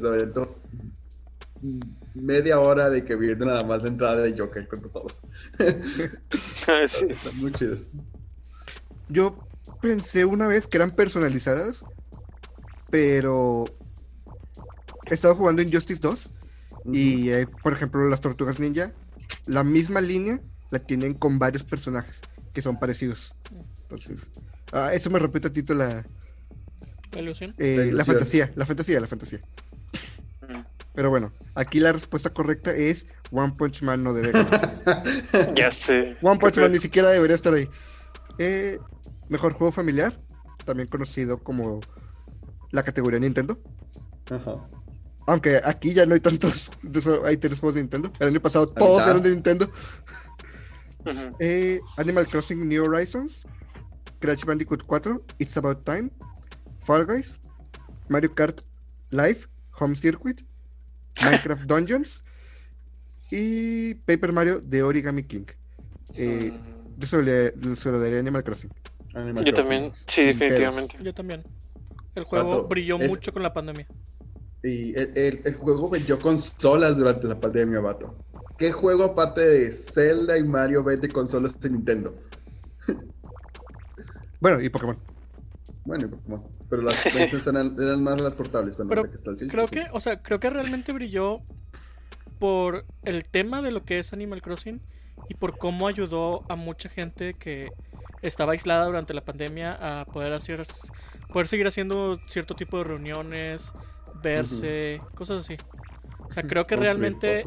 Media hora de que viendo nada más la entrada de Joker contra todos. Sí. Están muy chidas. Yo pensé una vez que eran personalizadas, pero he estado jugando Injustice 2 y por ejemplo las Tortugas Ninja, la misma línea la tienen con varios personajes que son parecidos. Entonces, eso me repite a Tito la ilusión. La fantasía. Pero bueno, aquí la respuesta correcta es One Punch Man no debe ganar. Ya sé. One Punch Man ni siquiera debería estar ahí. Mejor juego familiar, también conocido como la categoría Nintendo. Ajá. Aunque aquí ya no hay tantos, incluso hay 3 juegos de Nintendo. El año pasado todos eran de Nintendo. Animal Crossing New Horizons, Crash Bandicoot 4, It's About Time, Fall Guys, Mario Kart Live, Home Circuit, Minecraft Dungeons y Paper Mario The Origami King. Yo se lo daría a Animal Crossing. Yo también, sí, definitivamente. Yo también. El juego brilló mucho con la pandemia. Y el juego vendió consolas durante la pandemia, vato. ¿Qué juego aparte de Zelda y Mario vende consolas de Nintendo? Bueno, y Pokémon. Pero las ventas eran más las portables. Bueno, pero que está el creo que realmente brilló por el tema de lo que es Animal Crossing y por cómo ayudó a mucha gente que estaba aislada durante la pandemia a poder seguir haciendo cierto tipo de reuniones, verse, cosas así. O sea, creo que realmente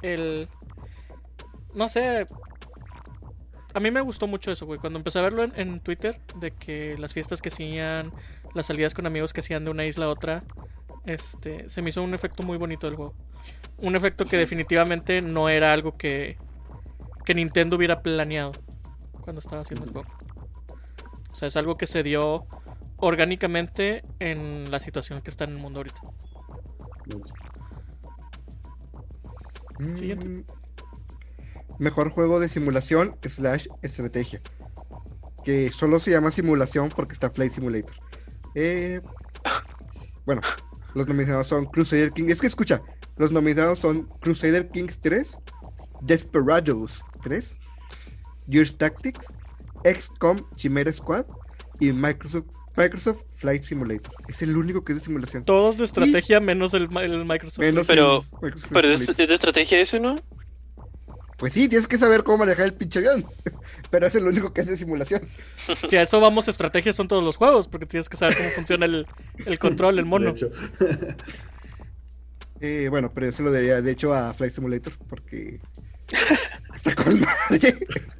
no sé, a mí me gustó mucho eso, güey. Cuando empecé a verlo en Twitter, de que las fiestas que hacían, las salidas con amigos que hacían de una isla a otra, se me hizo un efecto muy bonito del juego. Un efecto que definitivamente no era algo que Nintendo hubiera planeado cuando estaba haciendo el juego. O sea, es algo que se dio orgánicamente en la situación que está en el mundo ahorita. Siguiente. Mejor juego de simulación / estrategia, que solo se llama simulación porque está Flight Simulator. Bueno, los nominados son Crusader Kings. Es que escucha, los nominados son Crusader Kings 3, Desperados 3, Gears Tactics, XCOM Chimera Squad y Microsoft Flight Simulator. Es el único que es de simulación. Todos de estrategia menos el Microsoft. Pero es de estrategia eso, ¿no? Pues sí, tienes que saber cómo manejar el pinche avión. Pero es el único que es de simulación. Si a eso vamos, estrategia son todos los juegos, porque tienes que saber cómo funciona el control, el mono. De hecho. Bueno, pero yo se lo daría, de hecho, a Flight Simulator, porque está con madre.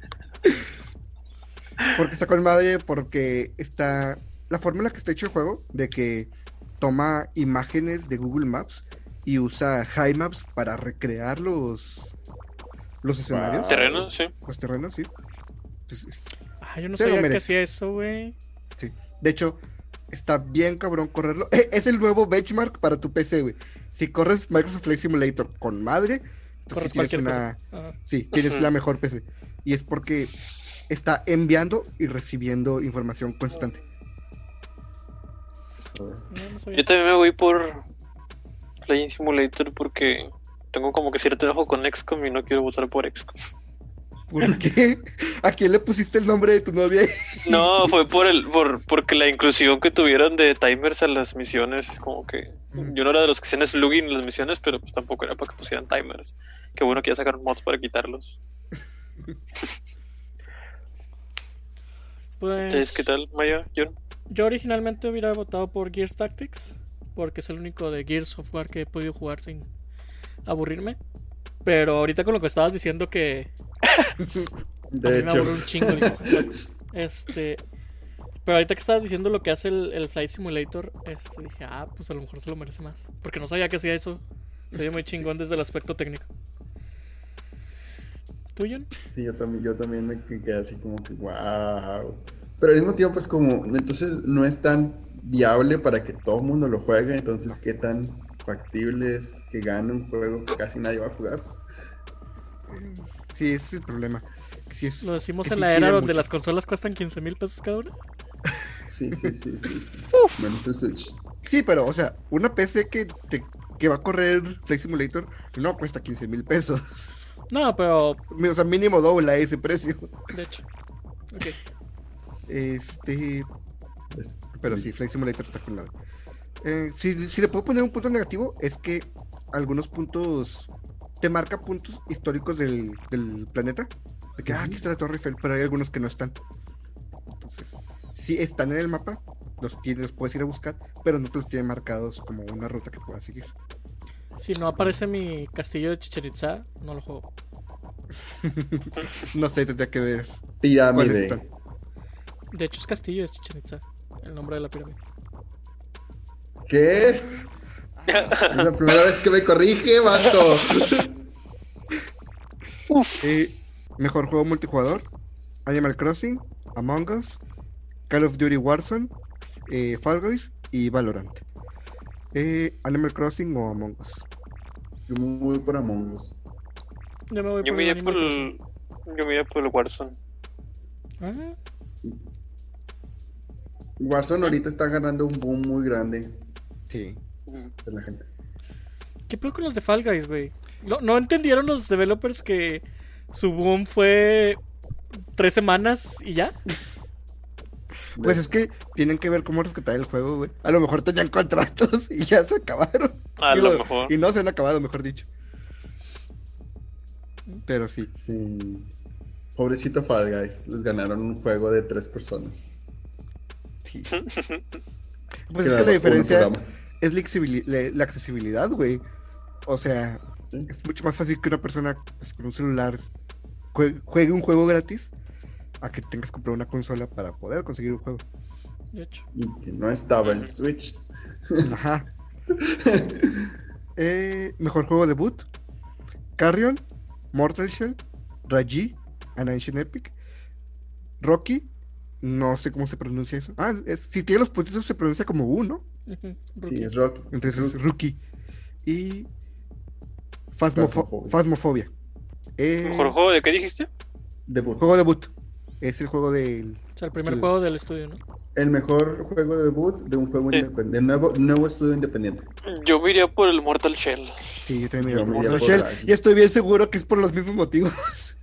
Porque está la forma en la que está hecho el juego, de que toma imágenes de Google Maps y usa HiMaps para recrear los escenarios. ¿Terrenos? Sí. Los terrenos, sí. Entonces, yo no sabía que hacía eso, güey. Sí. De hecho, está bien cabrón correrlo. Es el nuevo benchmark para tu PC, güey. Si corres Microsoft Flight Simulator con madre, corres cualquier cosa. Sí, tienes la mejor PC. Y es porque está enviando y recibiendo información constante. Yo también me voy por Flying Simulator porque tengo como que cierto enojo con XCOM y no quiero votar por XCOM. ¿Por qué? ¿A quién le pusiste el nombre de tu novia? No, fue porque la inclusión que tuvieron de timers a las misiones, como que yo no era de los que hacían slugging en las misiones, pero pues tampoco era para que pusieran timers. Qué bueno que ya sacaron mods para quitarlos. Pues... Entonces, ¿qué tal, Maya? Yo originalmente hubiera votado por Gears Tactics, porque es el único de Gears Software que he podido jugar sin aburrirme. Pero ahorita con lo que estabas diciendo que... De hecho. Un chingo, pero ahorita que estabas diciendo lo que hace el Flight Simulator, dije, pues a lo mejor se lo merece más. Porque no sabía que hacía eso. Se veía muy chingón desde el aspecto técnico. ¿Tú, John? Sí, yo también me quedé así como que wow. Pero al mismo tiempo es como, entonces no es tan viable para que todo el mundo lo juegue, entonces qué tan factible es que gane un juego que casi nadie va a jugar. Sí, ese es el problema. Sí es, lo decimos en la era donde las consolas cuestan 15,000 pesos cada una. Sí. Menos el Switch. Sí, pero, o sea, una PC que va a correr Flight Simulator no cuesta 15,000 pesos. No, pero... O sea, mínimo dobla ese precio. De hecho. Ok. Pero sí, Flight Simulator está con nada. Si le puedo poner un punto negativo, es que algunos puntos... Te marca puntos históricos del planeta. De que, aquí está la Torre Eiffel, pero hay algunos que no están. Entonces, sí están en el mapa, los puedes ir a buscar, pero no te los tienen marcados como una ruta que puedas seguir. Si no aparece mi castillo de Chichén Itzá, no lo juego. No sé, tendría que ver. Pirámide. De hecho es castillo de Chichén Itzá, el nombre de la pirámide. ¿Qué? Es la primera vez que me corrige, vato. Mejor juego multijugador: Animal Crossing, Among Us, Call of Duty Warzone, Fall Guys y Valorant. Animal Crossing o Among Us. Yo me voy por Among Us. Yo me iría por el Warzone. Warzone ahorita está ganando un boom muy grande. Sí. De la gente. ¿Qué pedo con los de Fall Guys, güey? ¿No entendieron los developers que su boom fue 3 semanas y ya? Pues es que tienen que ver cómo rescatar el juego, güey. A lo mejor tenían contratos y ya se acabaron. A lo mejor. Y no se han acabado, mejor dicho. Pero sí. Sí. Pobrecito Fall Guys. Les ganaron un juego de 3 personas. Sí. Pues es que la diferencia es la accesibilidad, güey. O sea, ¿sí? Es mucho más fácil que una persona pues, con un celular juegue un juego gratis a que tengas que comprar una consola para poder conseguir un juego. De hecho. Y que no estaba en Switch. Ajá. Mejor juego debut: Carrion, Mortal Shell, Raji, An Ancient Epic, Rocky. No sé cómo se pronuncia eso. Si tiene los puntitos se pronuncia como U, ¿no? Sí, es Rocky. Entonces es Rookie. Y Phasmophobia. ¿Mejor juego de qué dijiste? Debut. Juego debut. Es el juego del... O sea, el primer juego del estudio, ¿no? El mejor juego de debut de un juego independiente, nuevo estudio independiente. Yo me iría por el Mortal Shell. Sí, yo también me iría por Mortal Shell. Y estoy bien seguro que es por los mismos motivos.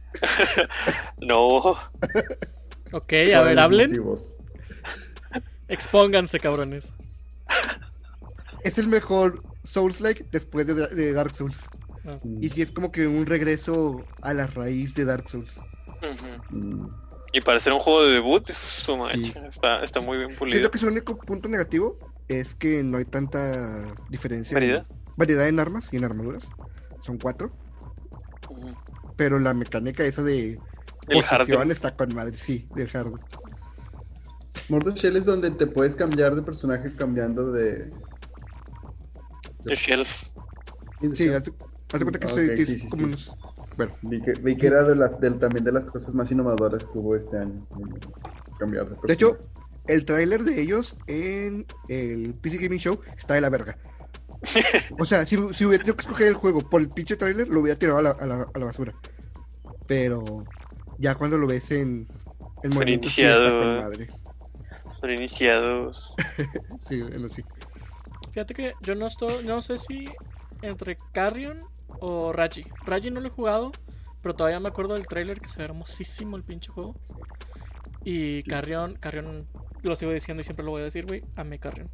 No. Ok, a ver, hablen. Expónganse, cabrones. Es el mejor Souls-like después de Dark Souls. Y sí es como que un regreso a la raíz de Dark Souls. Y para ser un juego de debut, su mancha, sí. Está muy bien pulido. Siento que su único punto negativo es que no hay tanta diferencia. Variedad en armas y en armaduras. Son 4. Pero la mecánica esa de posición está con madre, sí, del hard. Mortal Shell es donde te puedes cambiar de personaje cambiando de Shell. Sí, hace cuenta que sí, como unos... Bueno. Vi que era también de las cosas más innovadoras que hubo este año. Cambiar de personaje. De hecho, el tráiler de ellos en el PC Gaming Show está de la verga. O sea, si hubiera tenido que escoger el juego por el pinche tráiler, lo hubiera tirado a la basura. Pero ya cuando lo ves en movimiento, sí está con madre. Son iniciados. Sí, bueno, sí. Fíjate que yo no sé si entre Carrion o Raji. Raji no lo he jugado, pero todavía me acuerdo del trailer que se ve hermosísimo el pinche juego. Y Carrion, lo sigo diciendo y siempre lo voy a decir, güey. Amé Carrion.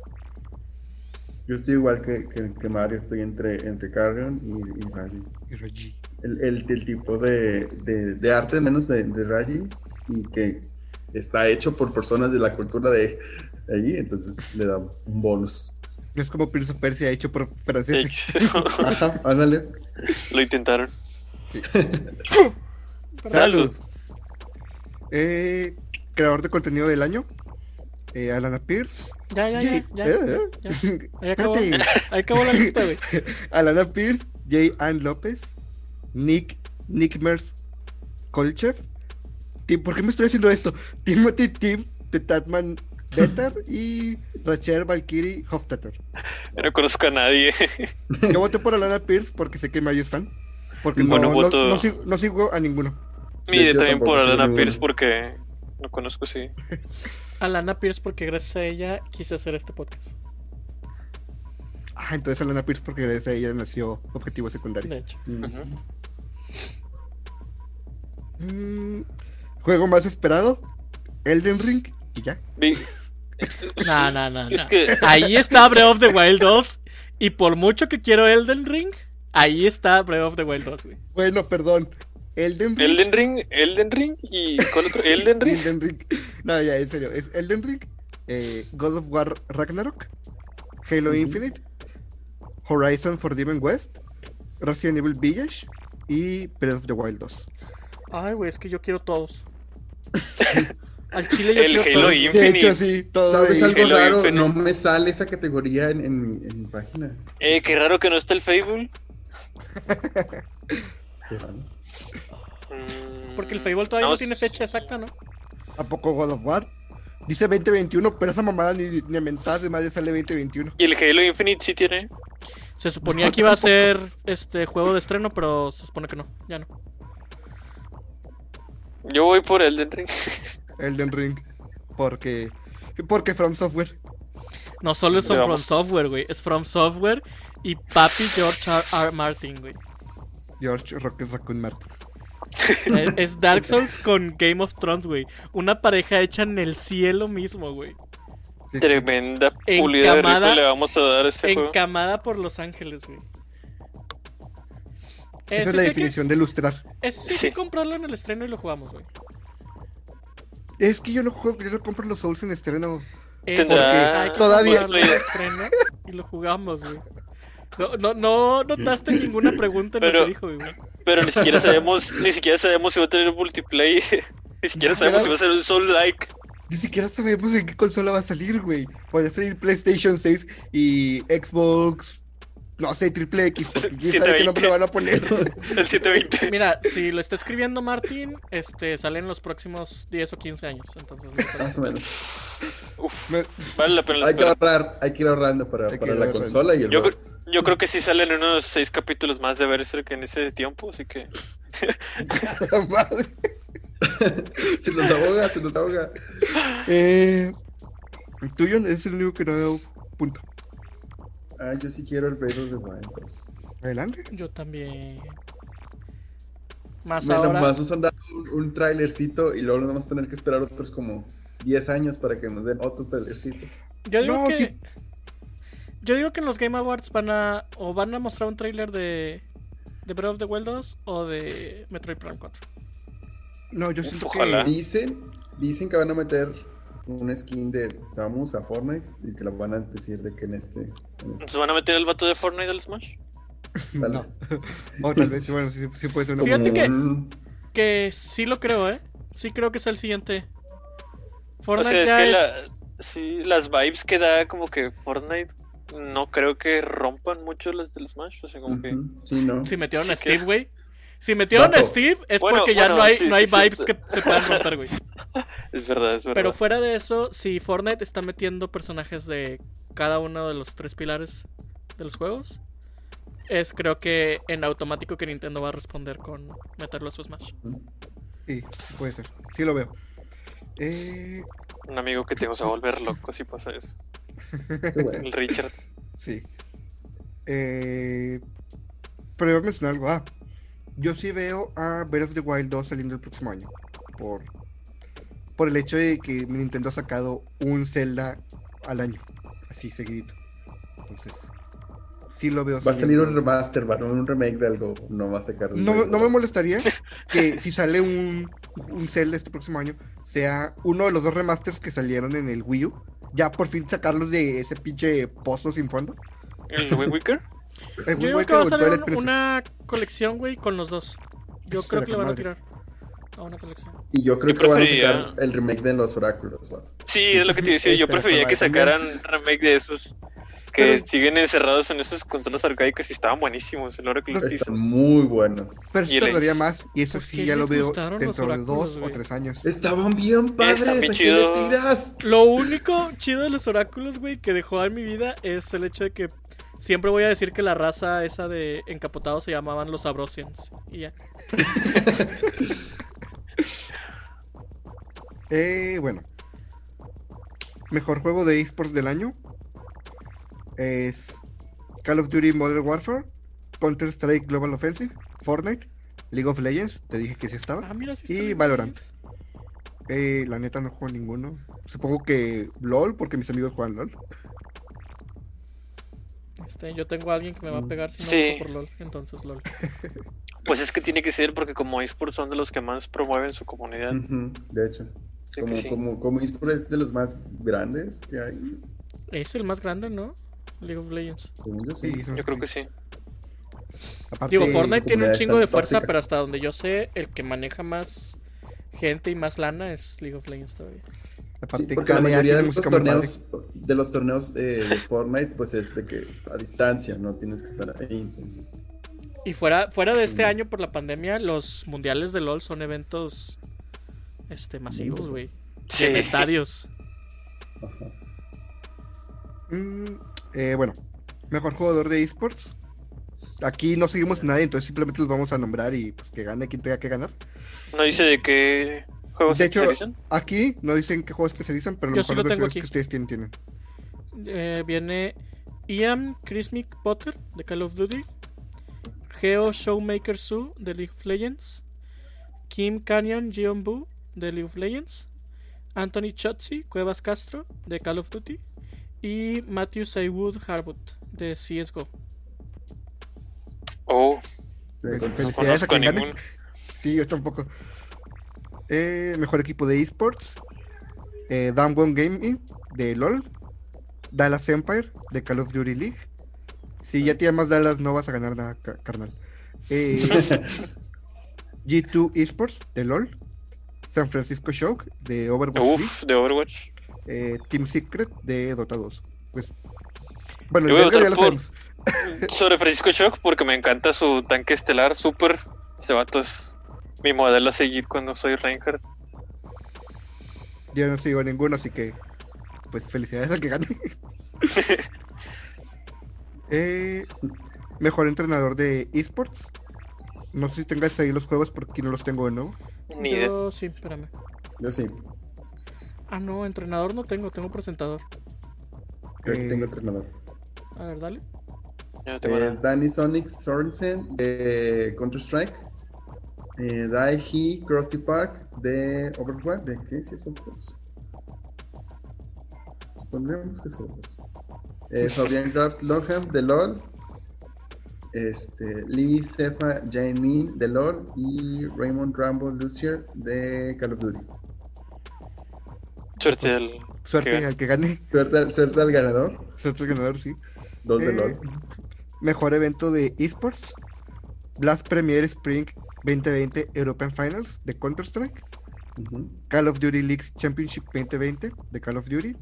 Yo estoy igual que Mario, estoy entre Carrion y Raji. Y Raji. El tipo de arte, menos de Raji, y que está hecho por personas de la cultura de allí, entonces le da un bonus. Es como Prince of Persia hecho por franceses. Ajá, ándale. Lo intentaron. Sí. Salud. Creador de contenido del año. Alana Pierce. Ya. Ahí acabó la lista, güey. Alana Pierce, Jay Ann López, Nick Mers Kolchev. ¿Por qué me estoy haciendo esto? Timothy Tim de Tatman Better y Rachel Valkyrie Hofstadter. Yo no conozco a nadie. Yo voté por Alana Pierce porque sé que Mario es fan. Porque no sigo a ninguno. Y también por Alana Pierce porque no conozco, sí. Alana Pierce porque gracias a ella quise hacer este podcast. Entonces Alana Pierce porque gracias a ella nació Objetivo Secundario. De hecho. Juego más esperado, Elden Ring y ya. No. Es que... Ahí está Breath of the Wild 2 y por mucho que quiero Elden Ring, ahí está Breath of the Wild 2, güey. Bueno, perdón. Elden Ring y ¿cuál otro? Elden Ring. No, ya, en serio, es Elden Ring, God of War Ragnarok, Halo Infinite, Horizon Forbidden West, Resident Evil Village y Breath of the Wild 2. Ay, güey, es que yo quiero todos. Al chile yo quiero Halo todos. Infinite. De hecho, sí, todos. ¿Sabes algo Halo raro? Infinite. No me sale esa categoría en mi página. Qué raro que no está el Fable. Qué raro. Porque el Fable todavía no tiene fecha exacta, ¿no? ¿A poco God of War? Dice 2021, pero esa mamada ni a mentadas de madre sale 2021. ¿Y el Halo Infinite sí tiene? Se suponía que iba a ser juego de estreno, pero se supone que no, ya no. Yo voy por Elden Ring. Elden Ring. Porque From Software. No solo es From Software, güey. Es From Software y papi George R. Martin, güey. George Rocket Raccoon Martin. Es Dark Souls con Game of Thrones, güey. Una pareja hecha en el cielo mismo, güey. Sí, Tremenda pulida de rifle le vamos a dar a este juego. Encamada por Los Ángeles, güey. Esa es la definición de lustrar. Eso sí, hay que comprarlo en el estreno y lo jugamos, güey. Es que yo no compro los Souls en estreno. Hay que todavía comprarlo en el estreno y lo jugamos, güey. No notaste ninguna pregunta en lo que dijo, güey. Pero ni siquiera sabemos si va a tener multiplayer. Ni siquiera sabemos si va a ser un Soul-like. Ni siquiera sabemos en qué consola va a salir, güey. Puede salir PlayStation 6 y Xbox, no sé, Triple X, porque quién sabe qué nombre le van a poner. El 720. Mira, si lo está escribiendo Martín, sale en los próximos 10 o 15 años. Entonces, más o menos. Vale la pena. Hay que ir ahorrando para la consola y el yo creo que sí salen unos 6 capítulos más de Berserk en ese tiempo, así que... Madre. Se nos ahoga. El tuyo es el único que no ha dado punto. Yo sí quiero el Breath of the Wild. Adelante. Yo también. Más nos han dado un trailercito y luego nos vamos a tener que esperar otros como 10 años para que nos den otro trailercito. Yo digo que en los Game Awards van a mostrar un trailer de Breath of the Wild 2 o de Metroid Prime 4. No, yo siento ojalá. que... Dicen que van a meter un skin de Samus a Fortnite y que lo van a decir de que en este... ¿Se van a meter el vato de Fortnite al Smash? Tal No. vez. O tal vez, bueno, sí puede ser una... Fíjate que sí lo creo, Sí creo que es el siguiente. Fortnite las vibes que da como que Fortnite no creo que rompan mucho las del Smash, o sea, como que... Sí, no. Si metieron a Steve, güey. Si metieron a Steve es porque ya no hay vibes que se puedan romper, güey. Es verdad. Pero fuera de eso, si Fortnite está metiendo personajes de cada uno de los 3 pilares de los juegos, creo que en automático que Nintendo va a responder con meterlo a su Smash. Sí, puede ser. Sí lo veo. Un amigo que tengo se va a volver loco si pasa eso. Qué bueno. El Richard. Sí. pero iba a mencionar algo. Yo sí veo a Breath of the Wild 2 saliendo el próximo año. Por el hecho de que Nintendo ha sacado un Zelda al año. Así, seguidito. Entonces, sí lo veo. Va a salir un remaster, un remake de algo. No va a sacar. No me molestaría que si sale un Zelda este próximo año, sea uno de los 2 remasters que salieron en el Wii U. Ya por fin sacarlos de ese pinche pozo sin fondo. ¿El Wind Waker? Yo creo que va a salir una colección, güey, con los 2. Yo creo que le van a tirar a una colección. Y yo creo que van a sacar el remake de los oráculos, ¿no? Sí, es lo que te decía. Yo preferiría que sacaran remake de esos que siguen encerrados en esas consolas arcaicas y estaban buenísimos. El Oracle están muy buenos. Pero sí tardaría más, y eso sí ya lo veo dentro de 2 o 3 años. Estaban bien padres. ¿A qué le tiras? Lo único chido de los oráculos, güey, que dejó en mi vida es el hecho de que siempre voy a decir que la raza esa de encapotados se llamaban los Abrosians. Y ya. Bueno. Mejor juego de eSports del año es Call of Duty Modern Warfare, Counter-Strike Global Offensive, Fortnite, League of Legends, te dije que sí estaba, y Valorant. La neta no juego ninguno. Supongo que LOL, porque mis amigos juegan LOL. Yo tengo a alguien que me va a pegar si no juego por LOL, entonces LOL. Pues es que tiene que ser porque como eSports son de los que más promueven su comunidad. De hecho. Como eSports es de los más grandes que hay. Es el más grande, ¿no? League of Legends. Yo creo que sí. Aparte, Fortnite tiene un chingo de fuerza, pero hasta donde yo sé, el que maneja más gente y más lana es League of Legends todavía. Aparte, porque la mayoría de los torneos de Fortnite, pues es de que a distancia, no tienes que estar ahí. Entonces. Y fuera de este año por la pandemia, los mundiales de LOL son eventos masivos, güey. En estadios. Ajá. Bueno, mejor jugador de eSports. Aquí no seguimos nadie, entonces simplemente los vamos a nombrar y pues que gane quien tenga que ganar. ¿No dice de qué juegos especializan? De hecho, aquí no dicen qué juegos especializan, pero yo sí lo tengo aquí. Que ustedes tienen. Viene Ian Crismic Potter de Call of Duty, Geo Showmaker Su de League of Legends, Kim Canyon Jeonbu de League of Legends, Anthony Chotzi Cuevas Castro de Call of Duty y Matthew Saywood Harwood de CSGO. Felicidades a quien gane. Sí, yo tampoco. Mejor equipo de eSports, Damwon Gaming de LOL, Dallas Empire de Call of Duty League. Si ya te llamas Dallas no vas a ganar nada, carnal. G2 Esports de LOL, San Francisco Shock de Overwatch de Overwatch, Team Secret de Dota 2. Pues bueno, ya lo sabemos. Sobre Francisco Shock porque me encanta su tanque estelar super. Ese vato es mi modelo a seguir cuando soy Reinhardt. Yo no sigo a ninguno, así que pues felicidades al que gane. Mejor entrenador de eSports. No sé si tengas ahí los juegos porque aquí no los tengo de nuevo. Yo sí, espérame. Yo sí. No, entrenador no tengo presentador. Yo tengo entrenador. A ver, dale. Danny Sonic Sorensen de Counter-Strike, Daihee Krusty Park de Overwatch. ¿De qué? Si son juegos. Pondremos que son juegos. Fabián Grabs Lohan de LOL, Lee Sefa Jaemin de LOL y Raymond Rambo Lucier de Call of Duty. Suerte al que gane. Suerte al ganador. Suerte al ganador, sí. 2 de LOL. Mejor evento de eSports, Blast Premier Spring 2020 European Finals de Counter-Strike, Call of Duty League Championship 2020 de Call of Duty,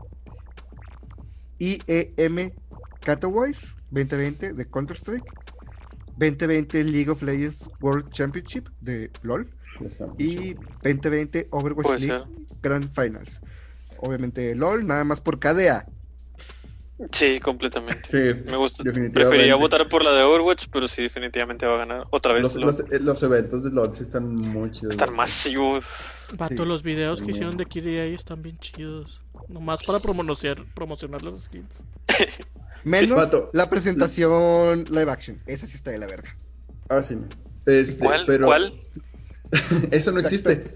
IEM Katowice 2020 de Counter-Strike, 2020 League of Legends World Championship de LOL y 2020 Overwatch League Grand Finals. Obviamente LOL, nada más por KDA. Sí, completamente. Sí, me gusta. Preferiría votar por la de Overwatch, pero sí, definitivamente va a ganar otra vez. Los eventos de LOL sí están muy chidos. Están masivos. Vato, sí, los videos que hicieron de KDA están bien chidos. Nomás para promocionar las skins. Menos la presentación live action. Esa sí está de la verga. Ah, sí. ¿Cuál? Pero... ¿Cuál? Eso no existe.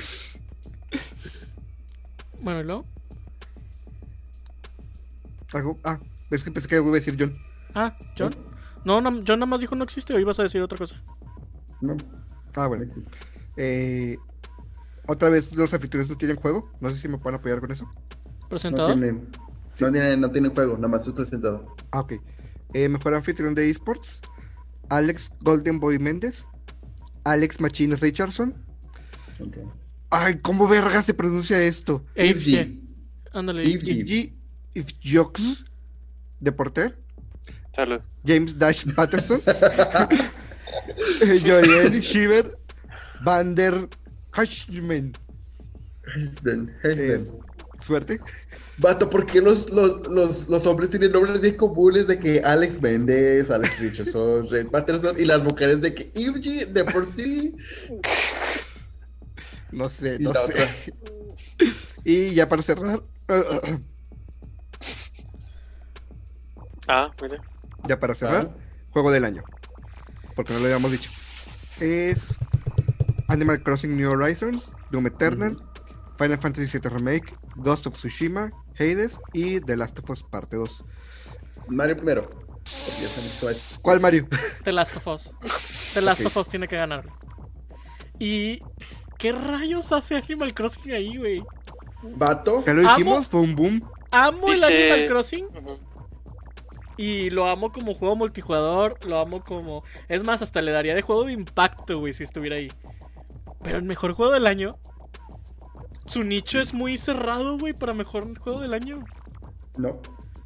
Bueno, ¿y luego? Es que pensé que iba a decir John. ¿John? No, John nada más dijo no existe, o ibas a decir otra cosa. No. Bueno. No existe. Otra vez los anfitriones no tienen juego. No sé si me pueden apoyar con eso. ¿Presentador? No tiene juego, nada más es presentado. Ok. Mejor anfitrión de esports: Alex Golden Boy Méndez, Alex Machine Richardson. Okay. Ay, ¿cómo verga se pronuncia esto? AFG. Ándale. Ifjox de porter. Salud. James Dash Patterson. Jorien Shiver. Van der Hashman. Suerte. Vato, ¿por qué los hombres tienen nombres bien comunes de que Alex Méndez, Alex Richardson, Red Patterson y las mujeres de que Ivgy de por sí? No sé. Y ya para cerrar. Mira. Ya para cerrar, juego del año. Porque no lo habíamos dicho. Es Animal Crossing New Horizons, Doom Eternal, Final Fantasy VII Remake, Ghost of Tsushima, Hades y The Last of Us Parte 2. Mario primero. ¿Cuál Mario? The Last of Us. The Last of Us tiene que ganar. ¿Y qué rayos hace Animal Crossing ahí, güey? Vato. Ya lo dijimos, fue un boom. Amo el Animal Crossing. Y lo amo como juego multijugador. Lo amo como... Es más, hasta le daría de juego de impacto, güey, si estuviera ahí. Pero el mejor juego del año... Su nicho es muy cerrado, güey, para mejor juego del año. No.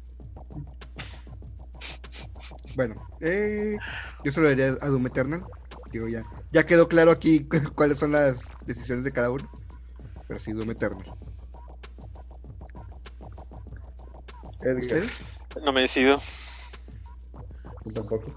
Bueno, yo se lo daría a Doom Eternal. Digo, ya quedó claro aquí cuáles son las decisiones de cada uno. Pero sí, Doom Eternal. ¿Ustedes? No me decido. Yo tampoco.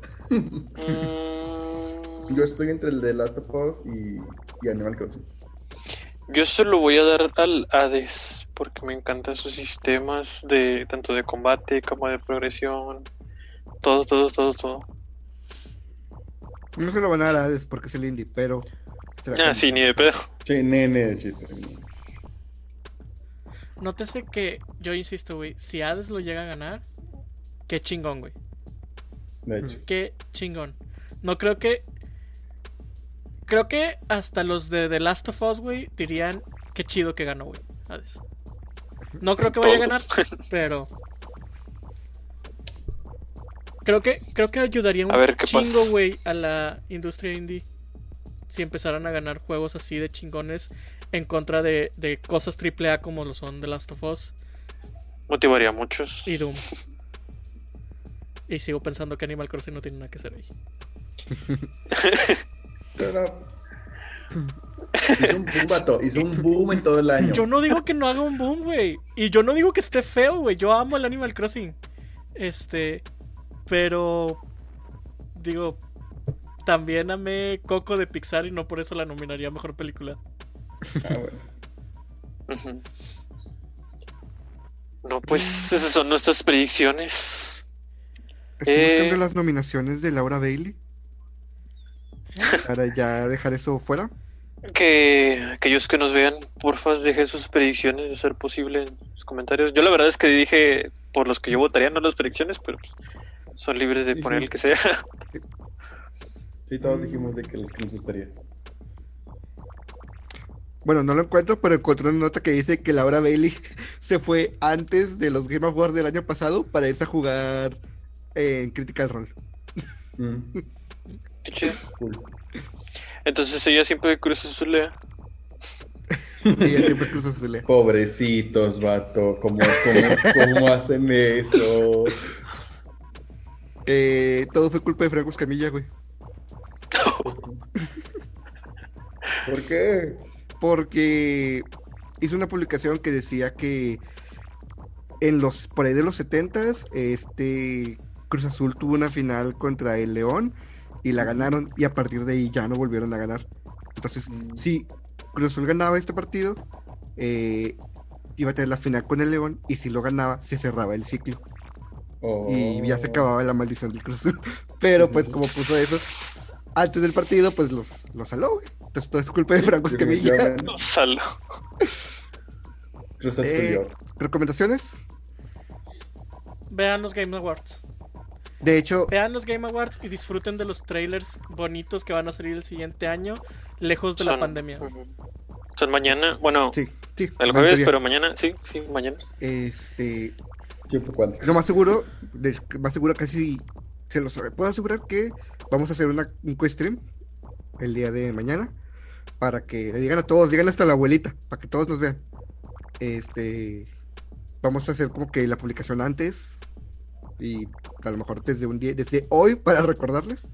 Yo estoy entre el de Last of Us y Animal Crossing. Yo se lo voy a dar al Hades porque me encantan sus sistemas de tanto de combate como de progresión. Todo. No se lo van a dar a Hades porque es el indie, pero... Sí, ni de pedo. Sí, de chiste. Nótese que, yo insisto, güey, si Hades lo llega a ganar, qué chingón, güey. De hecho. Qué chingón. No creo que... Creo que hasta los de The Last of Us, güey, dirían qué chido que ganó, güey, Hades. No creo que vaya a ganar, pero... Creo que ayudaría un chingo, güey, a la industria indie si empezaran a ganar juegos así de chingones en contra de cosas AAA como lo son The Last of Us. Motivaría a muchos. Y Doom. Y sigo pensando que Animal Crossing no tiene nada que hacer ahí. Pero... Hizo un boom, vato. Hizo un boom en todo el año. Yo no digo que no haga un boom, güey. Y yo no digo que esté feo, güey. Yo amo el Animal Crossing. Pero... Digo... También amé Coco de Pixar y no por eso la nominaría a Mejor Película. Bueno. No, pues esas son nuestras predicciones. Estoy buscando las nominaciones de Laura Bailey. Para ya dejar eso fuera. Que aquellos que nos vean, porfa, dejen sus predicciones de ser posible en los comentarios. Yo la verdad es que dije por los que yo votaría, no las predicciones, pero pues, son libres de poner el que sea. Sí, todos dijimos de que los que nos gustaría. Bueno, no lo encuentro, pero encontré una nota que dice que Laura Bailey se fue antes de los Game Awards del año pasado para irse a jugar en Critical Role. Qué chido. Cool. Entonces ella siempre cruza su lea. Ella siempre cruza su lea. Pobrecitos, vato. ¿Cómo hacen eso? Todo fue culpa de Franco Escamilla, güey. ¿Por qué? Porque hizo una publicación que decía que por ahí de los 70s, Cruz Azul tuvo una final contra el León y la ganaron, y a partir de ahí ya no volvieron a ganar. Entonces, si Cruz Azul ganaba este partido, iba a tener la final con el León, y si lo ganaba, se cerraba el ciclo. Y ya se acababa la maldición del Cruz Azul. Pero pues como puso eso antes del partido, pues los saló, güey. Entonces todo es culpa de Franco Escamilla. Los saló. Cruz Azul. ¿Recomendaciones? Vean los Game Awards. De hecho, vean los Game Awards y disfruten de los trailers bonitos que van a salir el siguiente año, lejos de la pandemia. Son mañana, bueno, sí, el jueves, pero mañana, sí, mañana. Lo más seguro, casi se los puedo asegurar que vamos a hacer un co-stream el día de mañana para que le digan a todos, digan hasta a la abuelita, para que todos nos vean. Vamos a hacer como que la publicación antes y a lo mejor desde hoy para recordarles.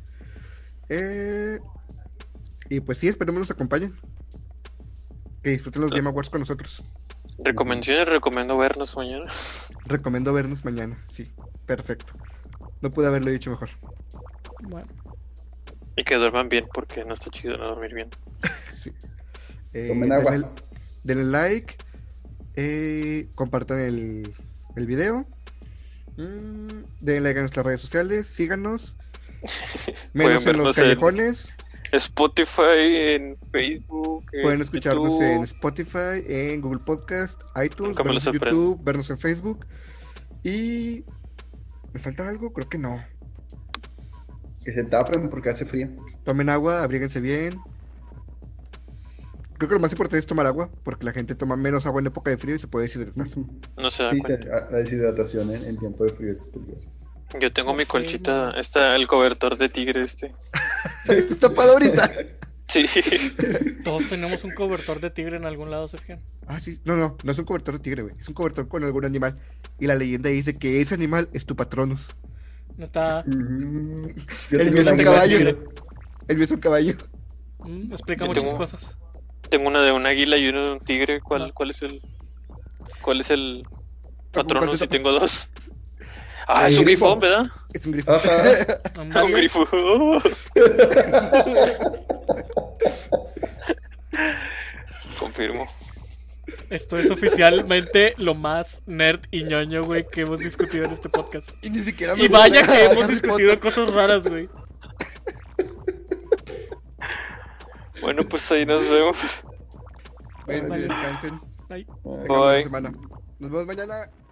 Y pues sí, esperemos nos acompañen. Que disfruten los Game Awards con nosotros. Recomendaciones, recomiendo vernos mañana. Recomiendo vernos mañana, sí, perfecto. No pude haberlo dicho mejor. Bueno. Y que duerman bien, porque no está chido no dormir bien. Sí. Tomen agua. Denle like, compartan el video, denle like a nuestras redes sociales, síganos, menos en los callejones. Spotify, en Facebook. Pueden escucharnos YouTube. En Spotify, en Google Podcast, iTunes, vernos en YouTube, vernos en Facebook. Y... ¿me falta algo? Creo que no. Que se tapen porque hace frío. Tomen agua, abríguense bien. Creo que lo más importante es tomar agua, porque la gente toma menos agua en época de frío y se puede deshidratar. No se da cuenta. La deshidratación en tiempo de frío es peligrosa. Yo tengo mi colchita, está el cobertor de tigre Esto está tapado ahorita. Sí. Todos tenemos un cobertor de tigre en algún lado, Sergio. Ah, sí. No es un cobertor de tigre, güey. Es un cobertor con algún animal. Y la leyenda dice que ese animal es tu Patronus. No está. El mío es un caballo. El mío es un caballo. Explica muchas cosas. Tengo una de un águila y una de un tigre. ¿Cuál es el Patronus si tengo dos? Ah, es un grifón, ¿verdad? Es un grifón. Un grifón. Confirmo. Esto es oficialmente lo más nerd y ñoño, güey, que hemos discutido en este podcast. Y ni siquiera y vaya que hemos discutido cosas raras, güey. Bueno, pues ahí nos vemos. Bueno, descansen. Bye. Bye. Nos vemos mañana.